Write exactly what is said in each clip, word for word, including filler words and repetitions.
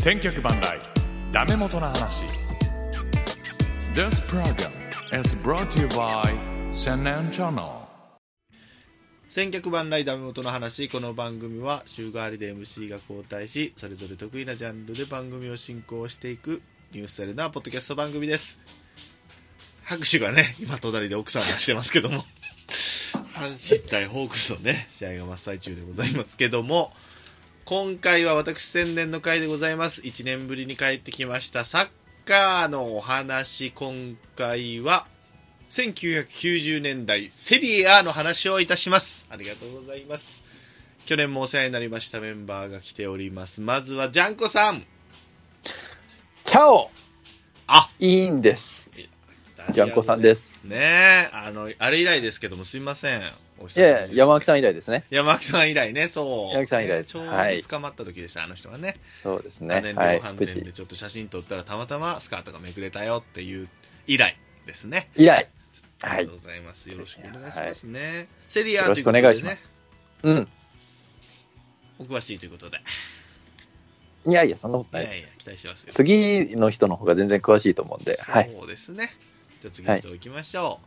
千脚万来ダメ元の話。 This program is brought to you by 千年チャンネル。 千脚万来ダメ元の話。この番組は週替わりで エムシー が交代し、それぞれ得意なジャンルで番組を進行していくニュースタイルなポッドキャスト番組です。拍手がね、今隣で奥さんがしてますけども阪神対ホークスのね試合が真っ最中でございますけども、今回は私宣伝の回でございます。いちねんぶりに帰ってきましたサッカーのお話。今回はせんきゅうひゃくきゅうじゅうねんだいセリエ A の話をいたします。ありがとうございます。去年もお世話になりましたメンバーが来ております。まずはジャンコさん。 チャオ。 あ、 いいんです。ジャンコさんですね。え、あのあれ以来ですけどもすいません。おいやいや、山脇さん以来ですね。 山脇さん以来ね。そう山脇さん以来です。 ちょうど捕まった時でした、はい、あの人がね。 そうですね。 家電量販店でちょっと写真撮ったらたまたまスカートがめくれたよっていう以来ですね。 以来。 ありがとうございます。よろしくお願いしますね。はい、セリアということでね。 よろしくお願いします。うん。 お詳しいということで。 いやいや、そんなことないです。 いやいや、期待しますよ。 次の人の方が全然詳しいと思うんで。 そうですね。はい、じゃあ次の人行きましょう。はい、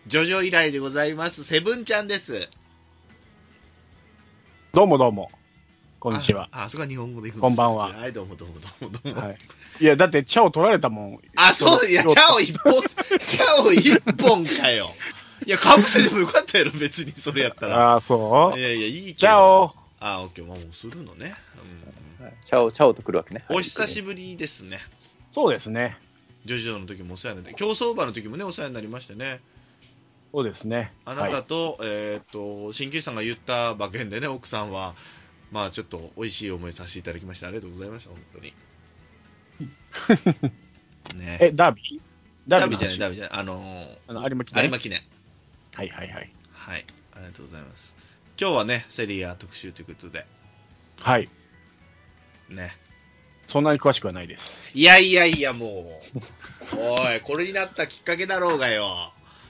ジョジョ以来でございます。セブンちゃんです。 どうもどうも。こんにちは。 あ、あそこは日本語で行くんです。 こんばんは。 はい、どうもどうもどうもどうも。はい、 いや、だって、チャオ取られたもん。 あ、そう、いや、チャオ一本、チャオ一本かよ。いや、かぶせてもよかったやろ、別にそれやったら。 あ、そう。 いやいや、いいけど。 チャオ。 あ、オッケー、もうするのね。 うん、チャオ、チャオと来るわけね。 お久しぶりですね。 そうですね。 ジョジョの時もお世話になって、競走馬の時もね、お世話になりましてね。 そうですね。 あなたと、はい、えっ、ー、と、鍼灸師さんが言った馬券でね、奥さんは、まあちょっと美味しい思いさせていただきました。ありがとうございました、本当に。ね、 え、ダービーダービーじゃない、ダービーじゃない。あのー、 あの有馬記念。 有馬記念。 はいはいはい。 はい、ありがとうございます。今日はね、セリア特集ということで。 はい。 ね。 そんなに詳しくはないです。 いやいやいや、もう。おい、これになったきっかけだろうがよ。 うん、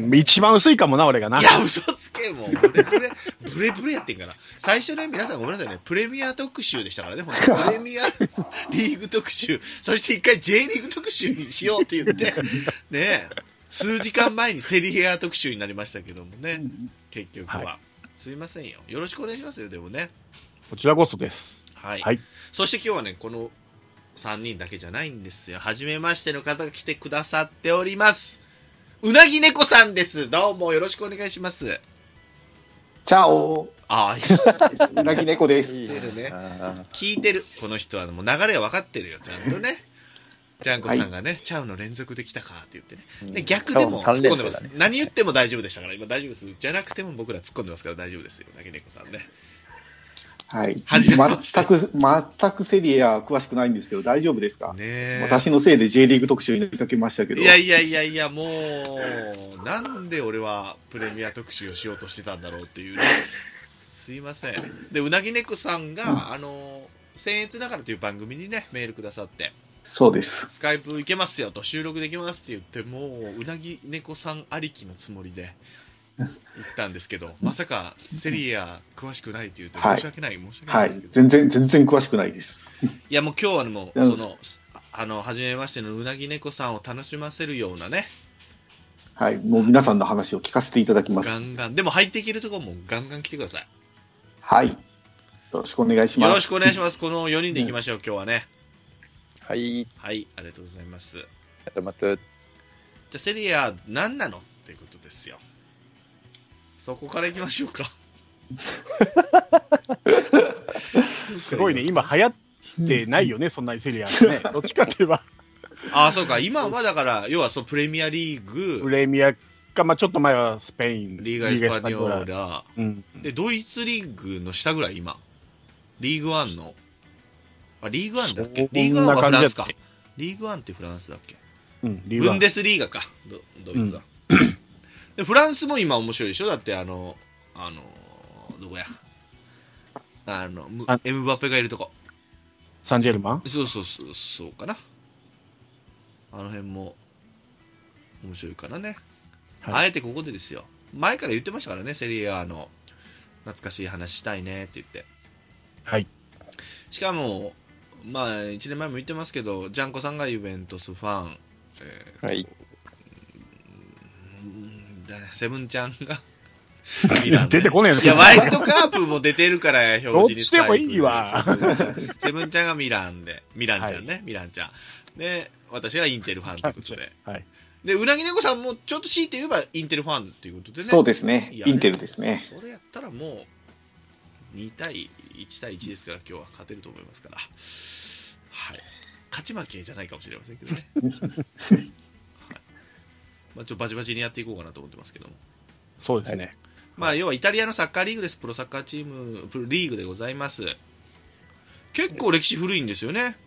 一番薄いかもな、俺がな。 いや、嘘つけ、もう。ブレブレ、ブレブレやってんから。最初ね、皆さんごめんなさいね、プレミア特集でしたからね、本当プレミアリーグ特集、そして一回 J リーグ特集にしようって言って、ね、数時間前にセリエ A 特集になりましたけどもね、結局は。はい、すいませんよ。よろしくお願いしますよ、でもね。 こちらこそです。 はい。はい、そして今日はね、このさんにんだけじゃないんですよ。はじめましての方が来てくださっております。うなぎ猫さんです。どうもよろしくお願いします。 チャオ。 ああ、うなぎ猫です。 聞いてるね。聞いてる。この人はもう流れが分かってるよ、ちゃんとね。ジャンコさんがね、はい、チャウの連続で来たかって言ってね。で逆でも突っ込んでます。ね、何言っても大丈夫でしたから、今大丈夫です。じゃなくても僕ら突っ込んでますから大丈夫ですよ、うなぎ猫さんね。 はい。全く、全くセリエは詳しくないんですけど、大丈夫ですかね。私のせいで J リーグ特集になりかけましたけど。 いやいやいやいや、もう、なんで俺はプレミア特集をしようとしてたんだろうっていうね。すいません。で、うなぎ猫さんが、うん、あの、僭越ながらという番組にね、メールくださって。 そうです。 スカイプ行けますよと、収録できますって言って、もう、うなぎ猫さんありきのつもりで。言ったんですけど、まさかセリエ A 詳しくないって言うと申し訳ない、はい、申し訳ないですけど、 はい、全然全然詳しくないです。 いやもう今日はもうそのあの初めましてのうなぎ猫さんを楽しませるようなね、 はい、もう皆さんの話を聞かせていただきます。 ガンガンでも入っていけるところもガンガン来てください。 はい。よろしくお願いします。 よろしくお願いします。このよにんでいきましょう、うん、今日はね。 はいはいありがとうございます。 あとまたじゃあセリエ A 何なのっていうことですよ。そこから行きましょうか。 すごいね、今流行ってないよね、そんなにセリアね。どっちかって言えば。 ああ、そうか、今はだから、要はそうプレミアリーグ。 プレミアか、まあちょっと前はスペイン。 リーガ・エスパニョーラ。うん、で、ドイツリーグの下ぐらい、今。リーグワンの。あ、リーグワンだっけ？リーグワンはフランスか。リーグワンってフランスだっけ？ うん、リーグワン。 ブンデスリーガか、ド, ドイツは。うんでフランスも今面白いでしょ。だってあのあのどこやあのエムバペがいるとこサンジェルマン。 そうそうそうそうかな。あの辺も面白いからね、はい、あえてここでですよ。前から言ってましたからね、セリエ A の懐かしい話したいねって言って。 はい。 しかもまあいちねんまえも言ってますけど、ジャンコさんがユベントスファン、えー、 はい。 セブンちゃんがミラン、ね、出てこねえの。 いや、ワイルドカープも出てるから表示に。 どっちでもいいわ。 セブンちゃんがミランで、ミランちゃんね、はい、ミランちゃん。で、私がインテルファンということで。はい。で、うなぎ猫さんもちょっと強いて言えばインテルファンっていうことでね。 そうですね。インテルですね。 それやったらもう、に対いち対いちですから、今日は勝てると思いますから。はい。勝ち負けじゃないかもしれませんけどね。はい。まあ、ちょっとバチバチにやっていこうかなと思ってますけども。 そうですね。 まあ、要はイタリアのサッカーリーグです。プロサッカーチーム、プロリーグでございます。結構歴史古いんですよね。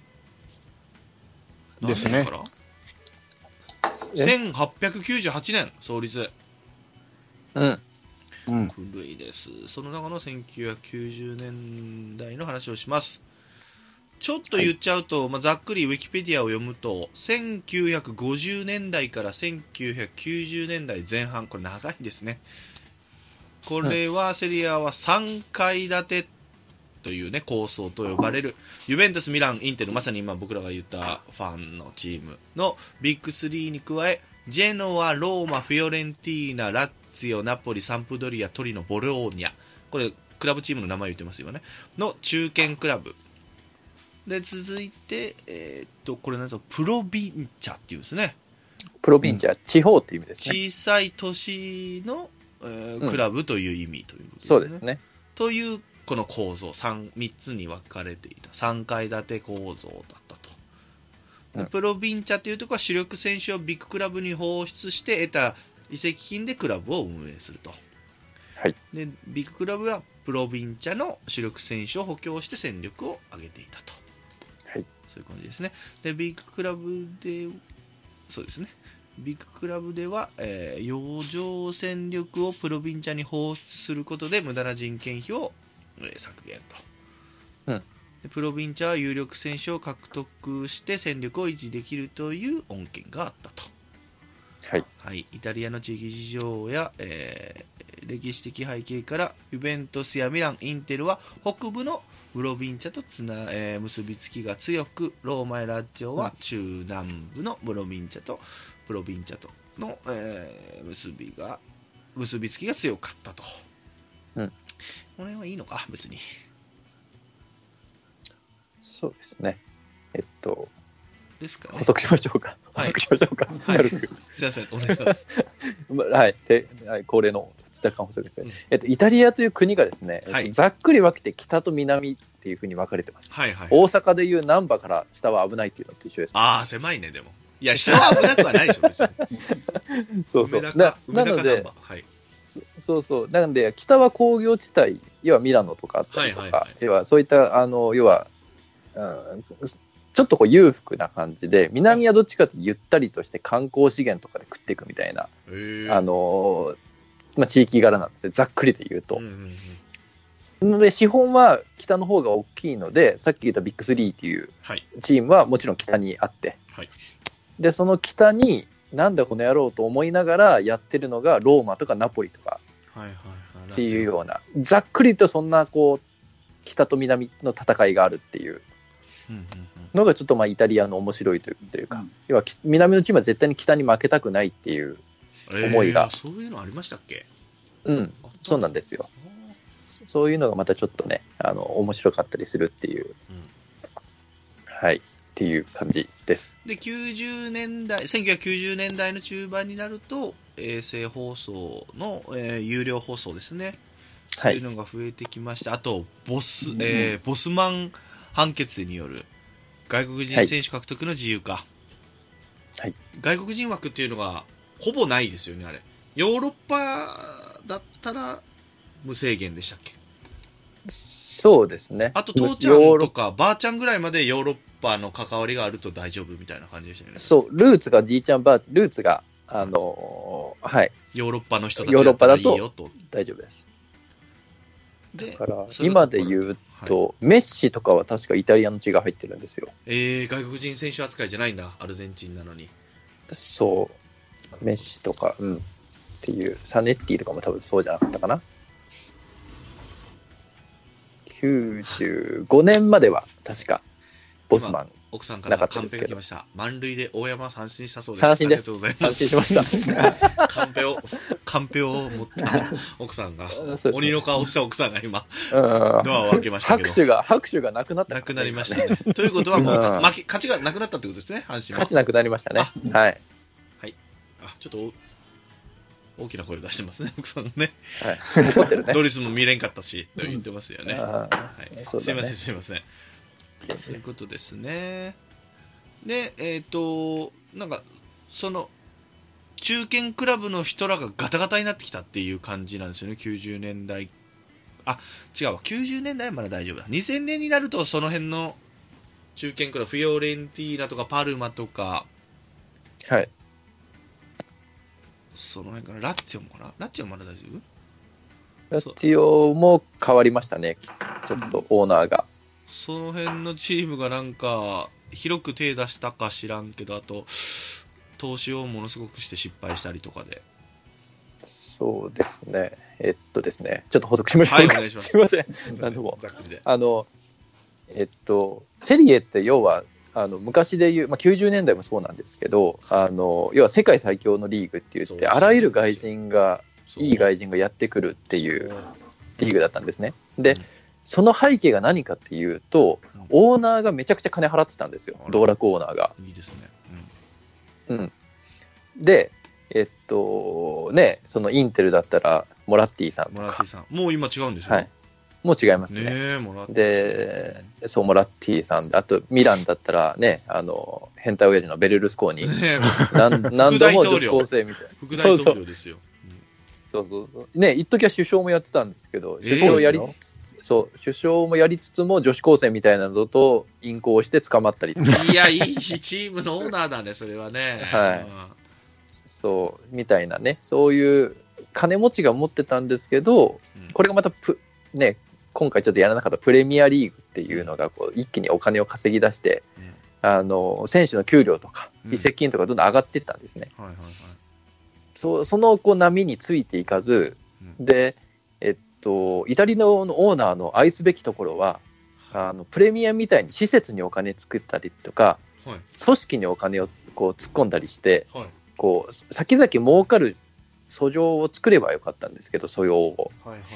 ですね。 せんはっぴゃくきゅうじゅうはちねん創立。 うん。 うん、古いです。その中のせんきゅうひゃくきゅうじゅうねんだいの話をします。ちょっと言っちゃうと、はい、まあ、ざっくりウィキペディアを読むと、せんきゅうひゃくごじゅうねんだいからせんきゅうひゃくきゅうじゅうねんだいぜん半、これ長いですね。これはセリアはさんかい建てというね、構想と呼ばれる、ユベントス、ミラン、インテル、まさに今僕らが言ったファンのチームのビッグスリーに加え、ジェノア、ローマ、フィオレンティーナ、ラッツィオ、ナポリ、サンプドリア、トリノ、ボローニャ、これクラブチームの名前言ってますよね、の中堅クラブで、続いて、えー、っとこれなんとプロビンチャっていうんですね。 プロビンチャ、うん、地方っていう意味ですね。 小さい都市の、えーうん、クラブという意味ということですね。 そうですね。 というこの構造 3, 3つに分かれていたさんかい建て構造だったと、うん、プロビンチャというところは主力選手をビッグクラブに放出して得た移籍金でクラブを運営すると、 はい、 でビッグクラブはプロビンチャの主力選手を補強して戦力を上げていたと、 はい、 そういう感じですね。でビッグクラブでそうですねビッグクラブでは、えー、洋上戦力をプロビンチャに放出することで無駄な人件費を削減と、 うん、 でプロビンチャは有力選手を獲得して戦力を維持できるという恩恵があったと、 はいはい、イタリアの地域事情や、えー、歴史的背景からユベントスやミラン、インテルは北部のプロビンチャとつな、えー、結びつきが強く、ローマやラッジオは中南部のプロビンチャとプロビンチャとの、えー、結びが結びつきが強かったと、 うん、 この辺はいいのか別に。 そうですね。えっとですかね。 補足しましょうか。補足しましょうか。 はい、すいませんお願いします。 はい、で恒例の若干補足ですね、うん。えっとイタリアという国がですね、はい、えっと、ざっくり分けて北と南っていうふうに分かれてます。 はいはい、 大阪でいう難波から北は危ないっていうのと一緒です、ね。 ああ狭いねでも。いや下は危なくはないでしょ別に。 そうそう。な, なので。 はい。 そうそうなので北は工業地帯、要はミラノとかあったりとか、はいはいはい、要はそういったあの要は、うん、ちょっとこう裕福な感じで、南はどっちかというとゆったりとして観光資源とかで食っていくみたいな、あのまあ、地域柄なんですね、ざっくりで言うと。うんうんうん、ので資本は北の方が大きいので、さっき言ったビッグスリーっていうチームはもちろん北にあって、はい、でその北になんだこの野郎と思いながらやってるのがローマとかナポリとかっていうような、ざっくりとそんなこう北と南の戦いがあるっていうのがちょっとまあイタリアの面白いというか、うん、要は南のチームは絶対に北に負けたくないっていう思いが、 えー、そういうのありましたっけ？ うん、そうなんですよ。そういうのがまたちょっとね、あの面白かったりするっていう、うん、はいっていう感じです。 できゅうじゅうねんだいせんきゅうひゃくきゅうじゅうねんだいの中盤になると衛星放送の、えー、有料放送ですね、そういうのが増えてきました。あとボス、えー、ボスマン判決による外国人選手獲得の自由化、 はい、 外国人枠っていうのがほぼないですよね。あれヨーロッパだったら無制限でしたっけ？ そうですね。 あと父ちゃんとかばあちゃんぐらいまでヨーロッパの関わりがあると大丈夫みたいな感じでしたよね。 そう、ルーツがじいちゃんばあルーツがあのー、はいヨーロッパの人たちだったらいいよと。 大丈夫です。だから今で言うと、はい、メッシとかは確かイタリアの血が入ってるんですよ。 えー、外国人選手扱いじゃないんだ、アルゼンチンなのに。 そうメッシとか、うん、っていうサネッティとかも多分そうじゃなかったかな。きゅうじゅうごねんまでは確かボスマン。 奥さんからカンペが来ました。満塁で大山三振したそうです。 三振です。 ありがとうございます。 三振しました。 カンペを、カンペを持った奥さんが、鬼の顔をした奥さんが今、ドアを開けましたけど。 拍手が、拍手がなくなった、 ね。なくなりましたね。ということはもう、負け、勝ちがなくなったってことですね、阪神は。 勝ちなくなりましたね。はい。 はい。あ、ちょっと、大きな声を出してますね、奥さんね。 はい。怒ってるね。 ドリスも見れんかったし、と言ってますよね。 うん、 はい。すいません、すいません。そういうことですね。で、えっ、ー、と、なんか、その、中堅クラブの人らがガタガタになってきたっていう感じなんですよね、きゅうじゅうねんだい。あ、違うわ、きゅうじゅうねんだいはまだ大丈夫だ。にせんねんになると、その辺の中堅クラブ、フィオレンティーナとかパルマとか、 はい。 その辺かな、ラッツィオもかな、ラッツィオまだ大丈夫？ ラッツィオも変わりましたね、ちょっとオーナーが。 その辺のチームがなんか、広く手出したか知らんけど、あと、投資をものすごくして失敗したりとかで。 そうですね。えっとですね、ちょっと補足しましょうか。はい、お願いします。すいません。何度も。あの、えっと、セリエって要は、あの昔でいう、まあ、きゅうじゅうねんだいもそうなんですけど、あの要は世界最強のリーグって言って、あらゆる外人が、いい外人がやってくるっていうリーグだったんですね。で、うん、その背景が何かっていうと、オーナーがめちゃくちゃ金払ってたんですよ、道楽オーナーが。 いいですね。 うん。うん、で、えっと、ね、そのインテルだったら、モラッティさんとか。 モラッティさん。もう今違うんでしょ？ はい。もう違いますね。 ねモラッティで、そう、モラッティさんで、あと、ミランだったらね、あの、変態親父のベルルスコーニ。 ね何何度も女子高生みたいな。 副大統領ですよ。 そうそうそう。ね、一時は首相もやってたんですけど、首相やりつつ、えー、そう、首相もやりつつも女子高生みたいなのと淫行して捕まったりとか。 いや、いいチームのオーナーだね、それはね。 はい。うん、そう、みたいなね、そういう金持ちが持ってたんですけど、うん、これがまたプ、ね、今回ちょっとやらなかったプレミアリーグっていうのがこう一気にお金を稼ぎ出して、うん、あの選手の給料とか移籍金とかどんどん上がっていったんですね。 うんはいはいはい、 そ, そのこう波についていかず、うん、で、えっと、イタリアのオーナーの愛すべきところは、あのプレミアみたいに施設にお金作ったりとか、はい、組織にお金をこう突っ込んだりして、はい、こう先々儲かる訴状を作ればよかったんですけど、素養を。はいはいはい、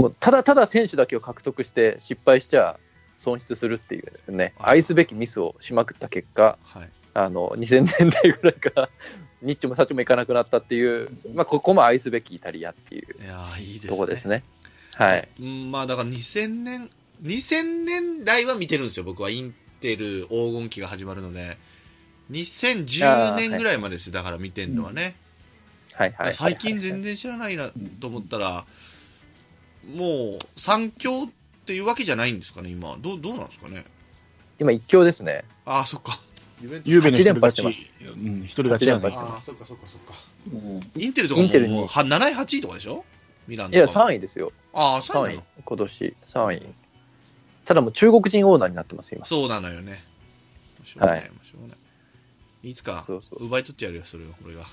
もうただただ選手だけを獲得して失敗しちゃ損失するっていうね、愛すべきミスをしまくった結果、はい、あのにせんねんだいぐらいからニッチもサチもいかなくなったっていう、まあ、ここも愛すべきイタリアっていういやいいですね、 とこですね。はい。 うん、まあだからにせんねん、にせんねんだいは見てるんですよ、僕は。インテル黄金期が始まるので、にせんじゅうねんぐらいまでです、だから見てるのはね。 はいはい。 最近全然知らないなと思ったら、もう三強っていうわけじゃないんですかね、今。どう、どうなんですかね。 今一強ですね。 ああ、そっか。 ゆうべのはち連覇してます。 うん、一人勝ち連覇してます。 ああ、そっかそっかそっか。うん、インテルとかももうなない、はちいとかでしょ、ミランとか。 いや、さんいですよ。 ああ、さんい。 さんい。今年さんい。ただもう中国人オーナーになってます、今。 そうなのよね。しょうがない。 はい、 しょうがない。いつか、 そうそう、 奪い取ってやるよ、それを、俺が。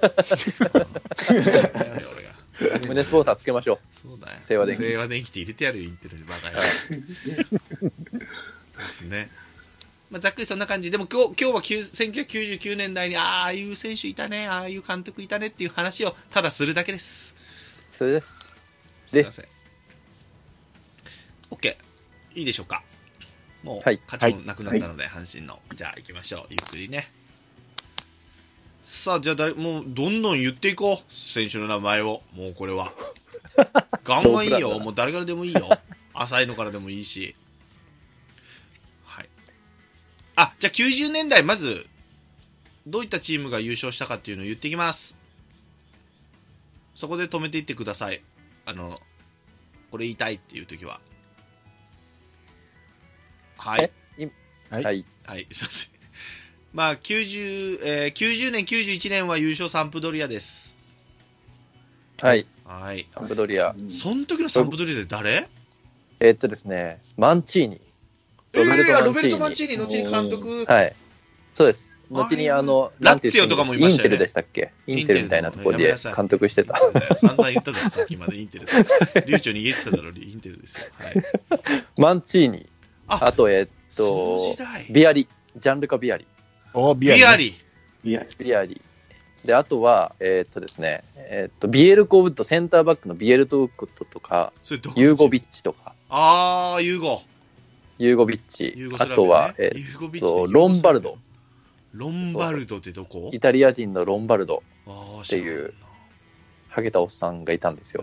胸スポンサーつけましょう。 そうだよ。 清和電機。 清和電機って入れてやるよ、インテルでバカや。ですね。まあ、ざっくりそんな感じ。でも今日、今日はせんきゅうひゃくきゅうじゅうきゅうねんだいに、ああいう選手いたね、ああいう監督いたねっていう話をただするだけです。 それです。です。 すいません。OK。いいでしょうか。もう、 はい、 勝ちもなくなったので、はい、阪神の。じゃあ行きましょう。ゆっくりね。さあ、じゃあ誰、もうどんどん言っていこう。選手の名前を。もうこれは。ガンガンいいよ。もう誰からでもいいよ。浅いのからでもいいし。はい。あ、じゃあきゅうじゅうねんだい、まず、どういったチームが優勝したかっていうのを言っていきます。そこで止めていってください。あの、これ言いたいっていう時は。はい。 はい。 はい。すいません。まあ、きゅうじゅう、えー、きゅうじゅうねん、きゅうじゅういちねんは優勝サンプドリアです。 はい。 はい。 サンプドリア。 その時のサンプドリアで誰？ えー、っとですね、マンチーニ。 ロベルト・マンチーニ。えー、ロベルト・マンチーニ、後に監督。 はい。そうです。後にあの、 ラッツィオとかもいましたよね。 インテルでしたっけ？インテルみたいなところで監督してた。 散々言っただろ、さっきまでインテル。流暢に言えてただろ、インテルですよ。はい。 マンチーニ。あ, あと、えー、っと、ビアリ、ジャンルカビアリ。 おビアリ、 ビアリ。 ビアリ。 ビアリ。で、あとは、えー、っとですね、えー、っと、ビエルコウッド、センターバックのビエルトウッドとか、ユーゴビッチとか。 あー、ユーゴ。 ユーゴビッチ。ね、あとは、えー、とロンバルド。 ロンバルドってどこ？ イタリア人のロンバルドっていう、ハゲたおっさんがいたんですよ。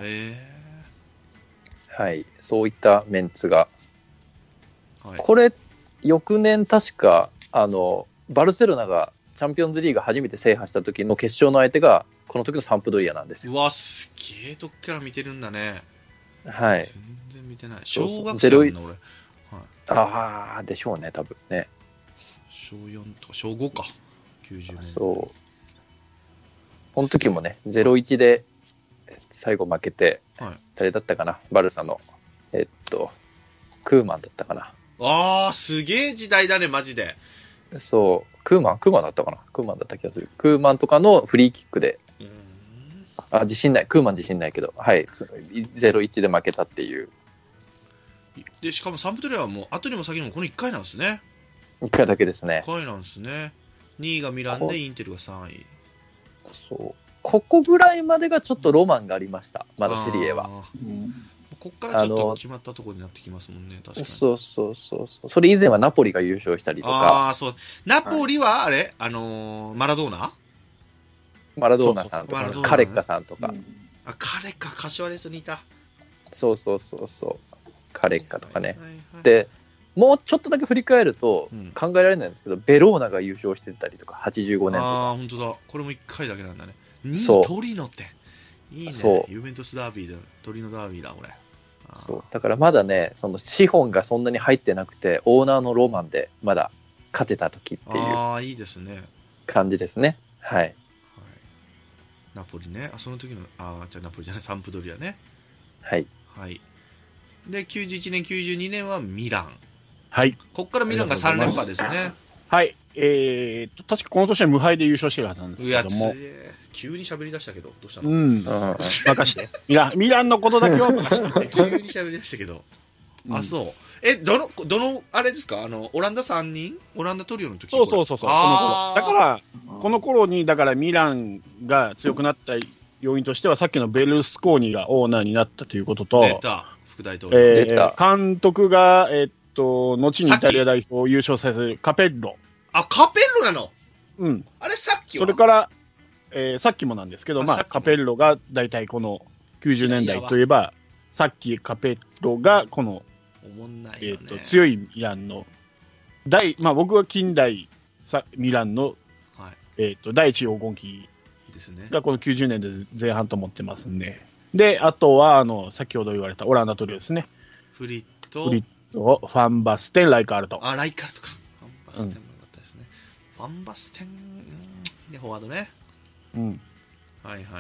はい。そういったメンツが。はい、これ、翌年確か、あの、バルセロナがチャンピオンズリーグ初めて制覇した時の決勝の相手が、この時のサンプドリアなんですよ。 うわ、すげえとっから見てるんだね。 はい。 全然見てない。小学生だもんな、俺。はい、 ああ、でしょうね、多分ね。 小よんとか小ごか。きゅうじゅうねん。 そう。この時もね、ゼロいちで最後負けて、はい、誰だったかな、バルサの、えっと、クーマンだったかな。 ああ、すげえ時代だね、マジで。 そう、クーマン、クーマンだったかな、クーマンだった気がする。クーマンとかのフリーキックで、うん、あ、自信ない、クーマン自信ないけど、はい、ゼロいちで負けたっていう。 で、しかもサンプドリアはもう、後にも先にもこのいっかいなんですね。 いっかいだけですね。 いっかいなんですね。にいがミランで、インテルがさんい。 そう。ここぐらいまでがちょっとロマンがありました。まだセリエは。 うん、こっからちょっと決まったところになってきますもんね。確かに。 そうそうそうそう。それ以前はナポリが優勝したりとか。 ああ、そう。ナポリはあれ、はい、あのー、マラドーナマラドーナさんとか、そうそう、カレッカさんとか。うん、 あ、カレッカ、柏レイソにいた。 そうそうそうそう。カレッカとかね。はいはいはい、で、もうちょっとだけ振り返ると考えられないんですけど、うん、ベローナが優勝してたりとか、はちじゅうごねんとか。 ああ、本当だ。これもいっかいだけなんだね。にいトリノって。いいね。そう。ユベントスダービーだ。トリノダービーだ、これ。 そう。だからまだね、その資本がそんなに入ってなくて、オーナーのロマンでまだ勝てた時っていう。 ああ、いいですね。 感じですね。はい。はい、 ナポリね。あ、その時の、ああ、じゃあナポリじゃない、サンプドリアね。 はい。 はい。で、きゅうじゅういちねん、きゅうじゅうにねんはミラン。 はい。 こっからミランがさん連覇ですね。 はい。えー、確かこの年は無敗で優勝してるはずなんですけども。 いや、急に喋り出したけど、どうしたの？ うん。任して。ミラン、ミランのことだけは任して。 急に喋り出したけど。あ、そう。え、どの、どの、あれですか、あの、オランダさんにんオランダトリオの時。 そうそうそうそう。この頃。だから、この頃に、だからミランが強くなった要因としては、さっきのベルスコーニがオーナーになったということと、 出た。副大統領。 えー、監督が、えー、っと、後にイタリア代表を優勝させるカペッロ。 あ、カペッロなの？ うん。 あれさっきはそれから、えー、さっきもなんですけど、まあ、カペッロが大体このきゅうじゅうねんだいといえば、さっきカペッロがこの、 えっと、強いミランの、大、まあ僕は近代さミランの、はい、えっと、第一黄金期がこのきゅうじゅうねんで前半と思ってますんで。で、あとは、あの、先ほど言われたオランダトリオですね。 フリット。 フリット、ファンバステン、ライカールト。 あ、ライカールトか。ファンバステンもよかったですね。うん、ファンバステン、で、フォワードね。 うん。 はいはいはい。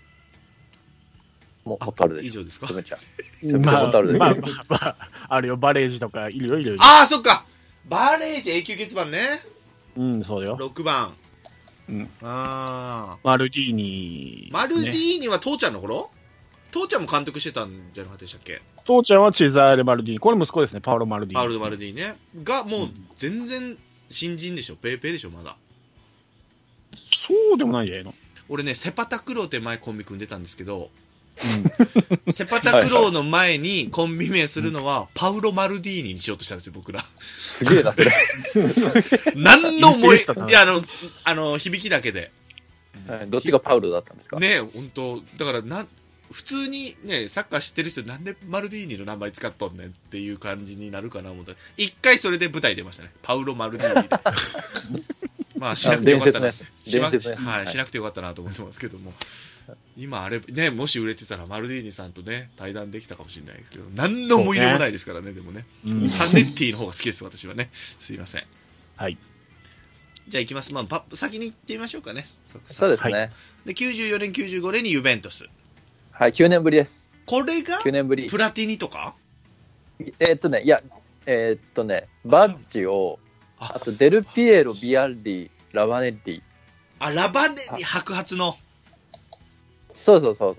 もう、もっとあるでしょ。 以上ですか？ すめちゃん。まあ、まあ、まあ、まあ、あるよ、バレージとかいるよ、いるよ。 ああ、そっか。バレージ永久欠番ね。 うん、そうよ。 ろくばん。 うん。 ああ。 マルディーニ、 ね。マルディーニは父ちゃんの頃？父ちゃんも監督してたんじゃなかったでしたっけ？ 父ちゃんはチェザーレ・マルディーニ。これ息子ですね、パウロ・マルディーニ。 パウロ・マルディーニね。が、もう全然新人でしょ。ペーペーでしょ、まだ。 そうでもないんじゃないの？ 俺ね、セパタクローって前コンビ組んでたんですけど、うん、セパタクローの前にコンビ名するのは、パウロ・マルディーニにしようとしたんですよ、僕ら。 すげえな、それ。 何の思い、いや、あの、あの、響きだけで。 はい、どっちがパウロだったんですか？ ねえ、本当だからな、普通にね、サッカー知ってる人なんでマルディーニの名前使っとんねんっていう感じになるかな思ったら、一回それで舞台出ましたね。パウロ・マルディーニで。まあ、しなくてよかったな。しなくて、はい、しなくてよかったなと思ってますけども。今あれ、ね、もし売れてたらマルディーニさんとね、対談できたかもしれないけど、何の思い入れもないですからね、でもね。うん、サンネッティの方が好きです、私はね。すいません。 はい。 じゃあ行きます。まあ、パ先に行ってみましょうかね。 そうですね。 で、きゅうじゅうよねん、きゅうじゅうごねんにユベントス。 はい、きゅうねんぶりです。 これがきゅうねんぶり。 プラティニとか？ えー、っとね、いや、えー、っとね、バッジを、あ, あとデルピエロ、ビアルディ、ラバネッディ。 あ、ラバネッディ、白髪の。 そうそうそうそう。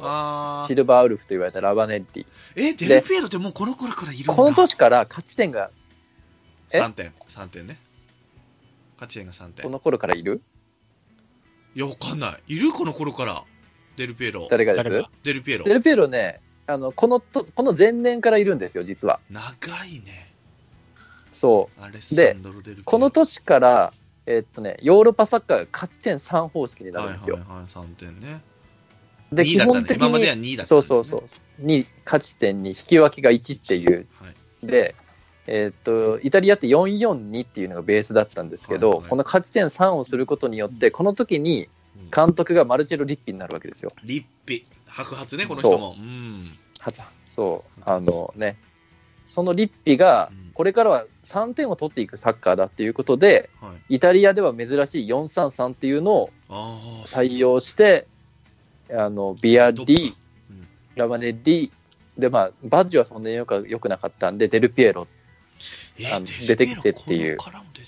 シルバーウルフと言われたラバネッディ。 え、デルピエロってもうこの頃からいるんだ。 この年から勝ち点が、 さんてんさんてんね、勝ち点がさんてん。 この頃からいる？ いやわかんない。いるこの頃からデルピエロ。 誰がです？ デルピエロ。 デルピエロね、あのこのとこの前年からいるんですよ実は。 長いね。 そうでこの年からえー、っとねヨーロッパサッカーが勝ち点さん方式になるんですよ。 はいはいはい、さんてんね。 で、基本的に、 今まではにだったんですね。 そうそうそう。に、勝ち点に引き分けがいちっていう。はい、で、えー、っと、イタリアってよんよんにっていうのがベースだったんですけど、はいはい、この勝ち点さんをすることによって、この時に監督がマルチェロ・リッピになるわけですよ。 リッピ。白髪ね、この人も。 そう。うん、そう。あのね、そのリッピが、これからはさんてんを取っていくサッカーだっていうことで、はい、イタリアでは珍しいよんさんさんっていうのを採用して、あのビアディ、うん、ラバネディで、まあ、バッジはそんなによくよくなかったんでデルピエロ、 えー、 あの出てきてっていう、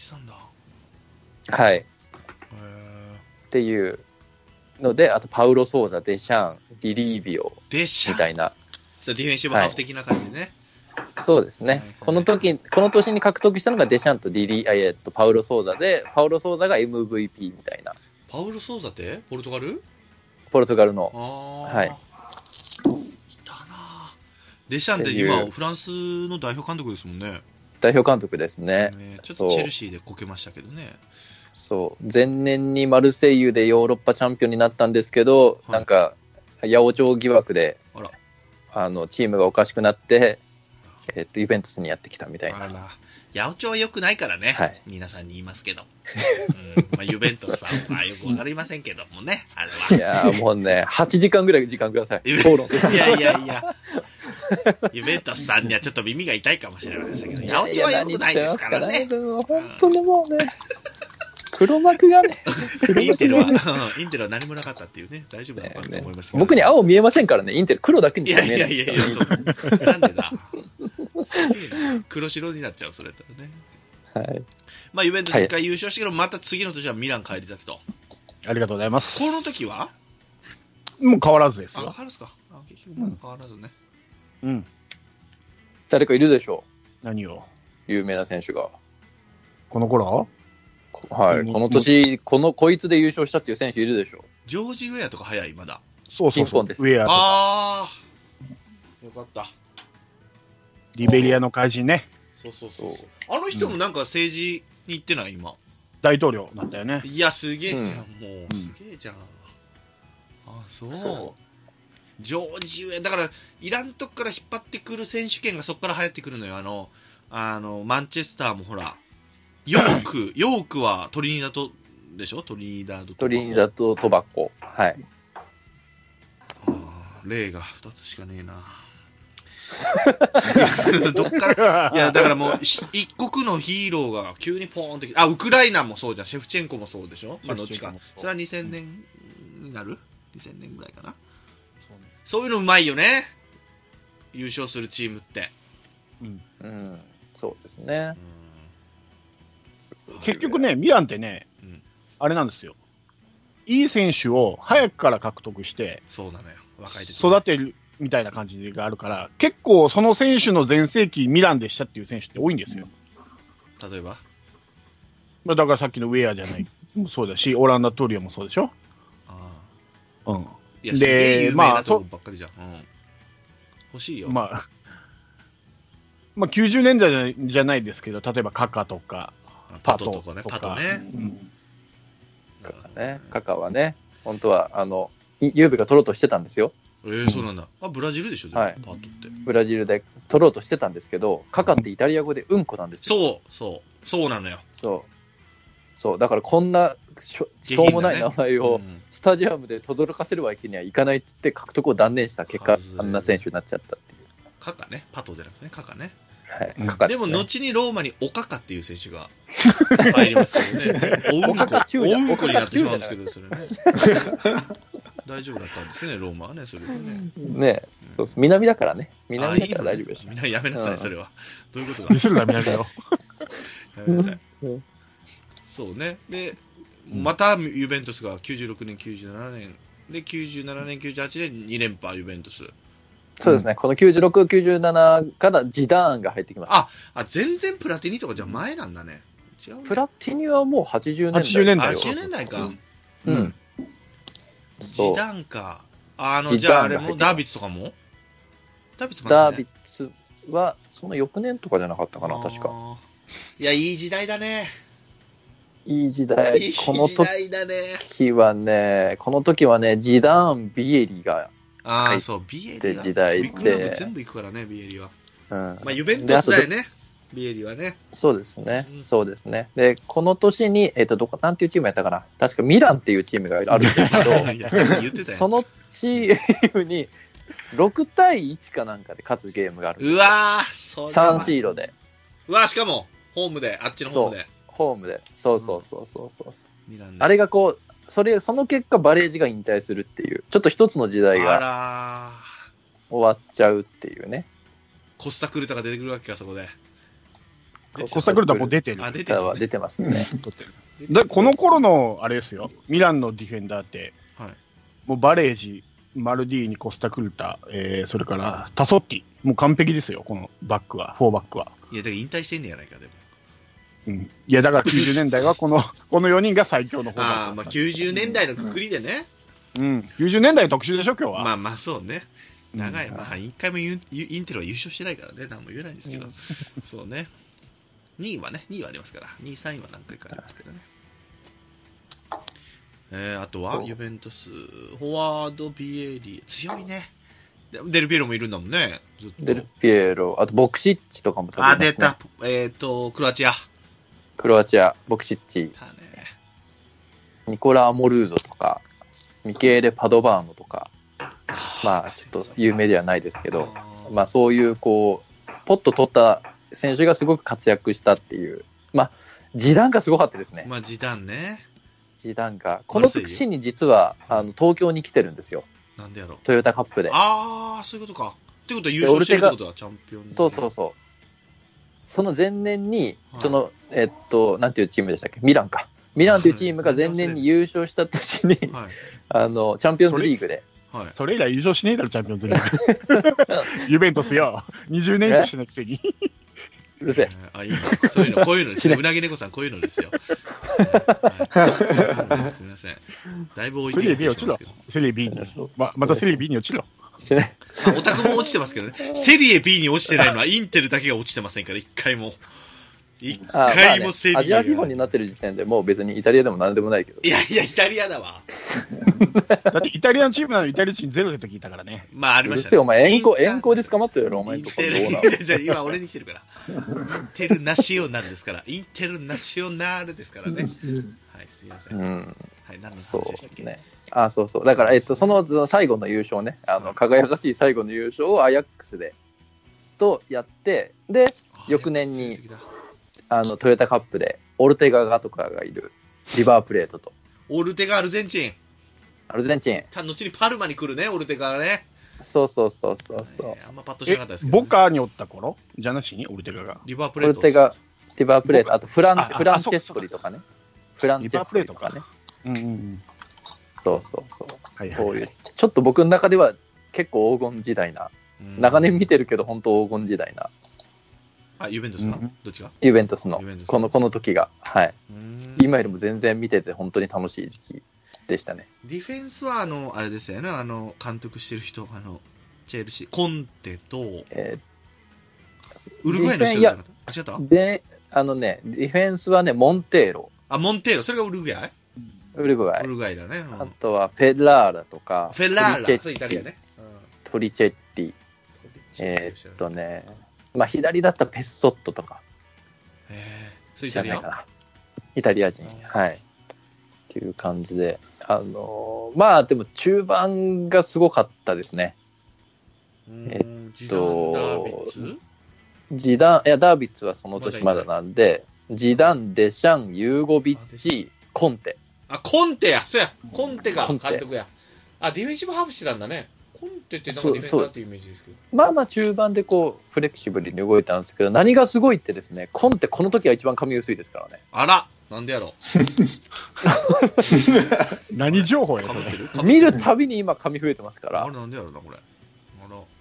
はい、っていうので、あとパウロ・ソーダ、デシャン、ディリービオみたいな、 ディフェンシブハーフ的な感じね。 はい、そうですね、はい、この時この年に獲得したのがデシャンとディリー、えっとパウロ・ソーダで、パウロ・ソーダが エムブイピー みたいな。 パウロ・ソーダってポルトガル？ ポルトガルの、はい、いたな。デシャンって今フランスの代表監督ですもんね。 代表監督ですね。 ね、ちょっとチェルシーでこけましたけどね。 そう、前年にマルセイユでヨーロッパチャンピオンになったんですけど、はい、なんか八百長疑惑であらあのチームがおかしくなって、えー、っとユベントスにやってきたみたいな。あら、 八百長は良くないからね、はい、皆さんに言いますけど、うん、まあ、ユベントスさんはよくわかりませんけどもね、あれは。 いやもうね、はちじかんぐらい時間ください。 いやいやいや、ユベントスさんにはちょっと耳が痛いかもしれないですけど、八百長は良くないですからね。 本当にもうね、黒幕がね、 インテルは、インテルは何もなかったっていうね、大丈夫なのかなと思いました、ね。 僕に青見えませんからね、インテル黒だけにしか見えない。 いやいやいやいや、なんでだ。すげえな、黒白になっちゃう、それだったらね。はい。まあ、ユベントス一回優勝してけど、また次の年はミラン帰り咲きと。 ありがとうございます。 この時はもう変わらずですよ。 あ、変わらずか。あ、結局まだ変わらずね。 うん。誰かいるでしょう。何を有名な選手が。 この頃はい、この年、この、こいつで優勝したっていう選手いるでしょ。 ジョージ・ウェアとか早い、まだ。 そうそうそう。 ピンポンです。 ウェアとか。 ああ。よかった。 リベリアの怪人ね。 そうそうそう。あの人もなんか政治に行ってない、今。 大統領なんだよね。 いや、すげえじゃん、うん、もう。すげえじゃん。あ、そう。そうジョージ・ウェア、だから、イランとこから引っ張ってくる選手権がそこから流行ってくるのよ。あの、あの、マンチェスターもほら、ヨーク、ヨークはトリニダードでしょ？トリニダードトリニダードトバコ。はい。 あ例がふたつしかねえな。どっから、いや、だからもう、一国のヒーローが急にポーンって、あ、ウクライナもそうじゃん。シェフチェンコもそうでしょ？まあ、どっちか。それはにせんねんになる？ にせん 年ぐらいかな。そうね、そういうのうまいよね。優勝するチームって。 うん。うん、そうですね。うん結局ね、ミランってね、うん、あれなんですよ。いい選手を早くから獲得して、 そうなのよ。若い時育てるみたいな感じがあるから、結構その選手の全盛期ミランでしたっていう選手って多いんですよ。 例えば？ まあだからさっきのウェアじゃないもそうだし、オランダトリオもそうでしょ。ああ。うん。 いや、すげえ有名なとこばっかりじゃん。うん。欲しいよ。 まあ、まあきゅうじゅうねんだいじゃないですけど、例えばカカとか。 パトとかね、パトね。うん、 カカね、カカはね、本当は、あの、ユーベが取ろうとしてたんですよ。 えー、そうなんだ。あ、ブラジルでしょ、 はい、 パトって。 ブラジルで取ろうとしてたんですけど、カカってイタリア語でうんこなんですよ。 そう、そう、そうなのよ。 そう。そう、だからこんなし ょ, しょうもない名前をスタジアムで轟かせるわけにはいかないって言って獲得を断念した結果、あんな選手になっちゃったっていう。 カカね、パトじゃなくてね、カカね。 はい、 うん、でも後にローマにオカカっていう選手が入りますけどね。おうんこ、おうんこになってしまうんですけど、それね。大丈夫だったんですね、ローマはね、それでね。 ねえ、うん、そうそう、南だからね。南だから大丈夫でしょ。 南やめなさい、それは。どういうことだ。 ミスるな、南だよ。 やめなさい。そうね。で、またユベントスがきゅうじゅうろくねん、きゅうじゅうななねんで、きゅうじゅうななねん、きゅうじゅうはちねんに連覇ユベントス。 そうですね、このきゅうじゅうろく、きゅうじゅうななからジダーンが入ってきます。 あ、あ全然プラティニとかじゃ前なんだね。違うね。 プラティニはもうはちじゅうねんだい。 はちじゅうねんだい。 はちじゅうねんだいか。 うん。うん、 ジダンか。あの、じゃああれも、ダービッツとかもダービッツも、ね、ダービッツは、その翌年とかじゃなかったかな、確か。 いや、いい時代だね。 いい時代。 いい時代だね。 この時はね、この時はね、ジダーン、ビエリが、 ああ、そう、ビエリが。 時代で。 ビッグラブ全部行くからね、ビエリは。 うん。 まあ、ユベントスだよね。ビエリはね。 そうですね、うん。そうですね。で、この年に、えっ、ー、と、どこ、なんていうチームやったかな。確かミランっていうチームがあるんですけど、そのチームにろくたいいちかなんかで勝つゲームがあるんですよ。 うわー、 さんシードで。 うわー、しかも、ホームで、あっちのホームで。 ホームで。そうそうそうそうそう。うん、あれがこう、それ、その結果、バレージが引退するっていう、ちょっと一つの時代が終わっちゃうっていうね。 コスタクルタが出てくるわけか、そこで。 コスタクルタも出てる。 あ、出てる、ね。出てますね。 で、この頃の、あれですよ、ミランのディフェンダーって、はい、もうバレージ、マルディーニ、コスタクルタ、えー、それからタソッティ、もう完璧ですよ、このバックは、フォーバックは。 いや、だから引退してんねやないか、でも。 うん、いやだからきゅうじゅうねんだいはこのこのよにんが最強の方だあ、まあ、きゅうじゅうねんだいのくくりでね、 うんうん、きゅうじゅうねんだいの特集でしょ今日は。 まあまあそうね、長い、うん、まあ一回もインテルは優勝してないからね、何も言えないんですけど、うん、そうね、にいはね、にいはありますから、にい、さんいは何回かありますけどね。えー、あとはユベントス、フォワード、ビエリ、強いね。デルピエロもいるんだもんね、ずっと。 デルピエロ、あとボクシッチとかも食べますね。 あ、出た、えっ、ー、と、クロアチア。 クロアチア、ボクシッチ、ね、ニコラ・アモルーゾとか、ミケーレ・パドバーノとか、まあ、ちょっと有名ではないですけど、まあ、そういう、こう、ポッと取った選手がすごく活躍したっていう、まあ、ジダンがすごかったですね。 まあ、ジダンね。 ジダンが、この年に実は、あの東京に来てるんですよ。 なんでやろう。 トヨタカップで。 ああ、そういうことか。ってことは優勝してるってことはチャンピオン、ね。 そうそうそう。その前年に、その、はい、えっと、なんていうチームでしたっけ、ミランか。ミランというチームが前年に優勝した年に、はい、あの、チャンピオンズリーグで。 そ れ,、はい、それ以来優勝しねえだろ、チャンピオンズリーグ。ユベントスよ。にじゅうねん以上してないくせに。 うるせえ。 あ、いいの。そういうの、こういうのですよ。うなぎ猫さん、こういうのですよ。はい、すみません。だいぶ置いてきてますけど。 セリエ B に落ちろ。ま、またセリエ B に落ちろ。 してね。 オタクも落ちてますけどね。セリエ B に落ちてないのはインテルだけが落ちてませんから、一回も。一回もセリエ、 ね、アジア資本になってる時点でもう別にイタリアでも何でもないけど。 いやいや、イタリアだわ。 だってイタリアのチームなのにイタリア人ゼロでと聞いたからね。 まあありましたね。 うるせえ、お前、円行、円行で捕まってるやろ、お前のところ。どうなのじゃあ今俺に来てるから。インテルナシオナルですから。インテルナシオナルですからね。はい、すいません。うん。はい、何の話でしたっけ？そうね。 あ、そうそう。だから、えっと、その最後の優勝ね、あの、輝かしい最後の優勝をアヤックスで、とやって、で、翌年に、あの、トヨタカップで、オルテガガとかがいる、リバープレートと。 オルテガアルゼンチン。 アルゼンチン。 後にパルマに来るね、オルテガがね。 そうそうそうそうそう、 えー。あんまパッとしなかったですけど、 ね。ボカにおった頃じゃなしにオルテガが。 リバープレート。 オルテガ、リバープレート。あとフラン、フランチェスコリとかね。フランチェスコリとかね。 うんうんうん。 そうそうそう。はいはいはい、そういう、ちょっと僕の中では結構黄金時代な、長年見てるけど本当黄金時代な。 あ、ユベントスの、うん、どっちがユベントスの、この、この時が、はい。今よりも全然見てて本当に楽しい時期でしたね。 ディフェンスは、あの、あれですよね、あの、監督してる人、あの、チェルシー、コンテと、えー、ウルグアイの人じゃなかった？違った？ で、あのね、ディフェンスはね、モンテーロ。 あ、モンテーロ、それがウルグアイ？ ウルグアイ。 ウルグアイだね。 うん、あとは、フェラーラとか、 フェラーラ、そうイタリアね。 うん、トリチェッティ。えー、っとね、まあ、左だったらペッソットとか。 へー、イタリア？ イタリア人。はい。っていう感じで。あのー、まあ、でも中盤がすごかったですね。えっと、ジダン、いや、ダービッツはその年まだなんで、ジダン、デシャン、ユーゴビッチ、コンテ。 あ、コンテや、そうや、コンテが監督や。あ、ディフェンシブハーフしてたんだね。コンテってなんかディフェンダーっていうイメージですけど。 まあまあ中盤でこう、フレキシブルに動いたんですけど、何がすごいってですね、コンテこの時は一番髪薄いですからね。 あら、なんでやろう。 何情報や見るたびに今髪増えてますから。 あれなんでやろうな、これ。あら。